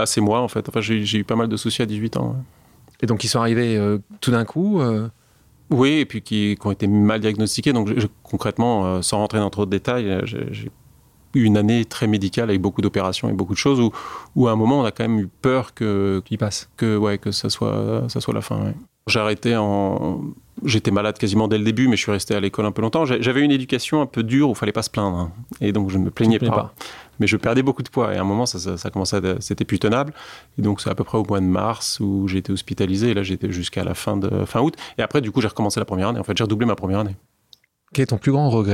C'est moi, en fait. Enfin, j'ai eu pas mal de soucis à 18 ans. Ouais. Et donc, ils sont arrivés tout d'un coup Oui, et puis qui ont été mal diagnostiqués. Donc, concrètement, sans rentrer dans trop de détails, j'ai eu une année très médicale avec beaucoup d'opérations et beaucoup de choses où à un moment, on a quand même eu peur qu'il passe. Que ça soit la fin. Ouais. J'ai arrêté J'étais malade quasiment dès le début, mais je suis resté à l'école un peu longtemps. J'avais une éducation un peu dure où il fallait pas se plaindre. Hein. Et donc, je ne me plaignais pas. Mais je perdais beaucoup de poids. Et à un moment, ça commençait c'était plus tenable. Et donc, c'est à peu près au mois de mars où j'ai été hospitalisé. Et là, j'étais jusqu'à la fin août. Et après, du coup, j'ai recommencé la première année. En fait, j'ai redoublé ma première année. Quel est ton plus grand regret ?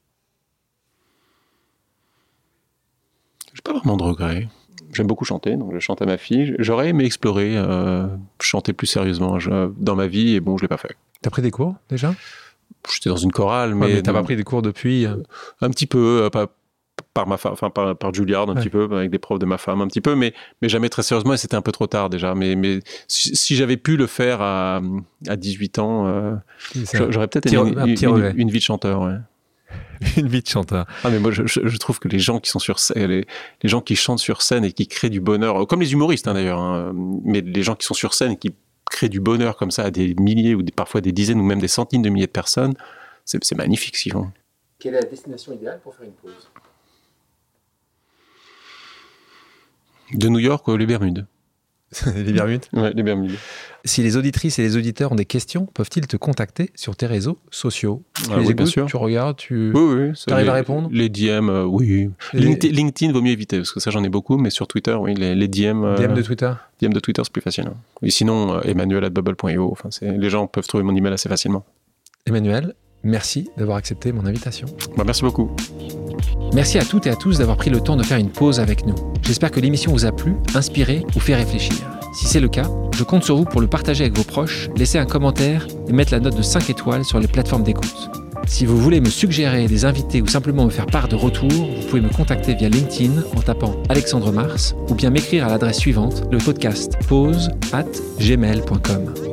J'ai pas vraiment de regrets. J'aime beaucoup chanter, donc je chante à ma fille. J'aurais aimé explorer, chanter plus sérieusement dans ma vie, et bon, je l'ai pas fait. T'as pris des cours déjà ? J'étais dans une chorale, mais t'as pas pris des cours depuis un petit peu, par ma femme, enfin par Juilliard un petit peu, avec des profs de ma femme un petit peu, mais jamais très sérieusement, et c'était un peu trop tard déjà. Mais si j'avais pu le faire à 18 ans, j'aurais peut-être une vie de chanteur. Ouais. Une vie de chanteur. Ah mais moi je trouve que les gens qui sont sur scène, les gens qui chantent sur scène et qui créent du bonheur, comme les humoristes d'ailleurs, mais les gens qui sont sur scène et qui créent du bonheur comme ça à des milliers ou parfois des dizaines ou même des centaines de milliers de personnes, c'est magnifique ce qu'ils font. Quelle est la destination idéale pour faire une pause ? De New York aux les Bermudes. Les Bermudes ? Ouais, les Bermudes. Si les auditrices et les auditeurs ont des questions, peuvent-ils te contacter sur tes réseaux sociaux ? Bien sûr. Tu regardes, tu arrives à répondre ? Les DM, oui. LinkedIn vaut mieux éviter, parce que ça j'en ai beaucoup, mais sur Twitter, oui, les DM... DM de Twitter ? DM de Twitter, c'est plus facile. Hein. Et sinon, Emmanuel@bubble.io, enfin, les gens peuvent trouver mon email assez facilement. Emmanuel, merci d'avoir accepté mon invitation. Merci beaucoup. Merci à toutes et à tous d'avoir pris le temps de faire une pause avec nous. J'espère que l'émission vous a plu, inspiré ou fait réfléchir. Si c'est le cas, je compte sur vous pour le partager avec vos proches, laisser un commentaire et mettre la note de 5 étoiles sur les plateformes d'écoute. Si vous voulez me suggérer des invités ou simplement me faire part de retours, vous pouvez me contacter via LinkedIn en tapant Alexandre Mars ou bien m'écrire à l'adresse suivante, le podcast pause@gmail.com.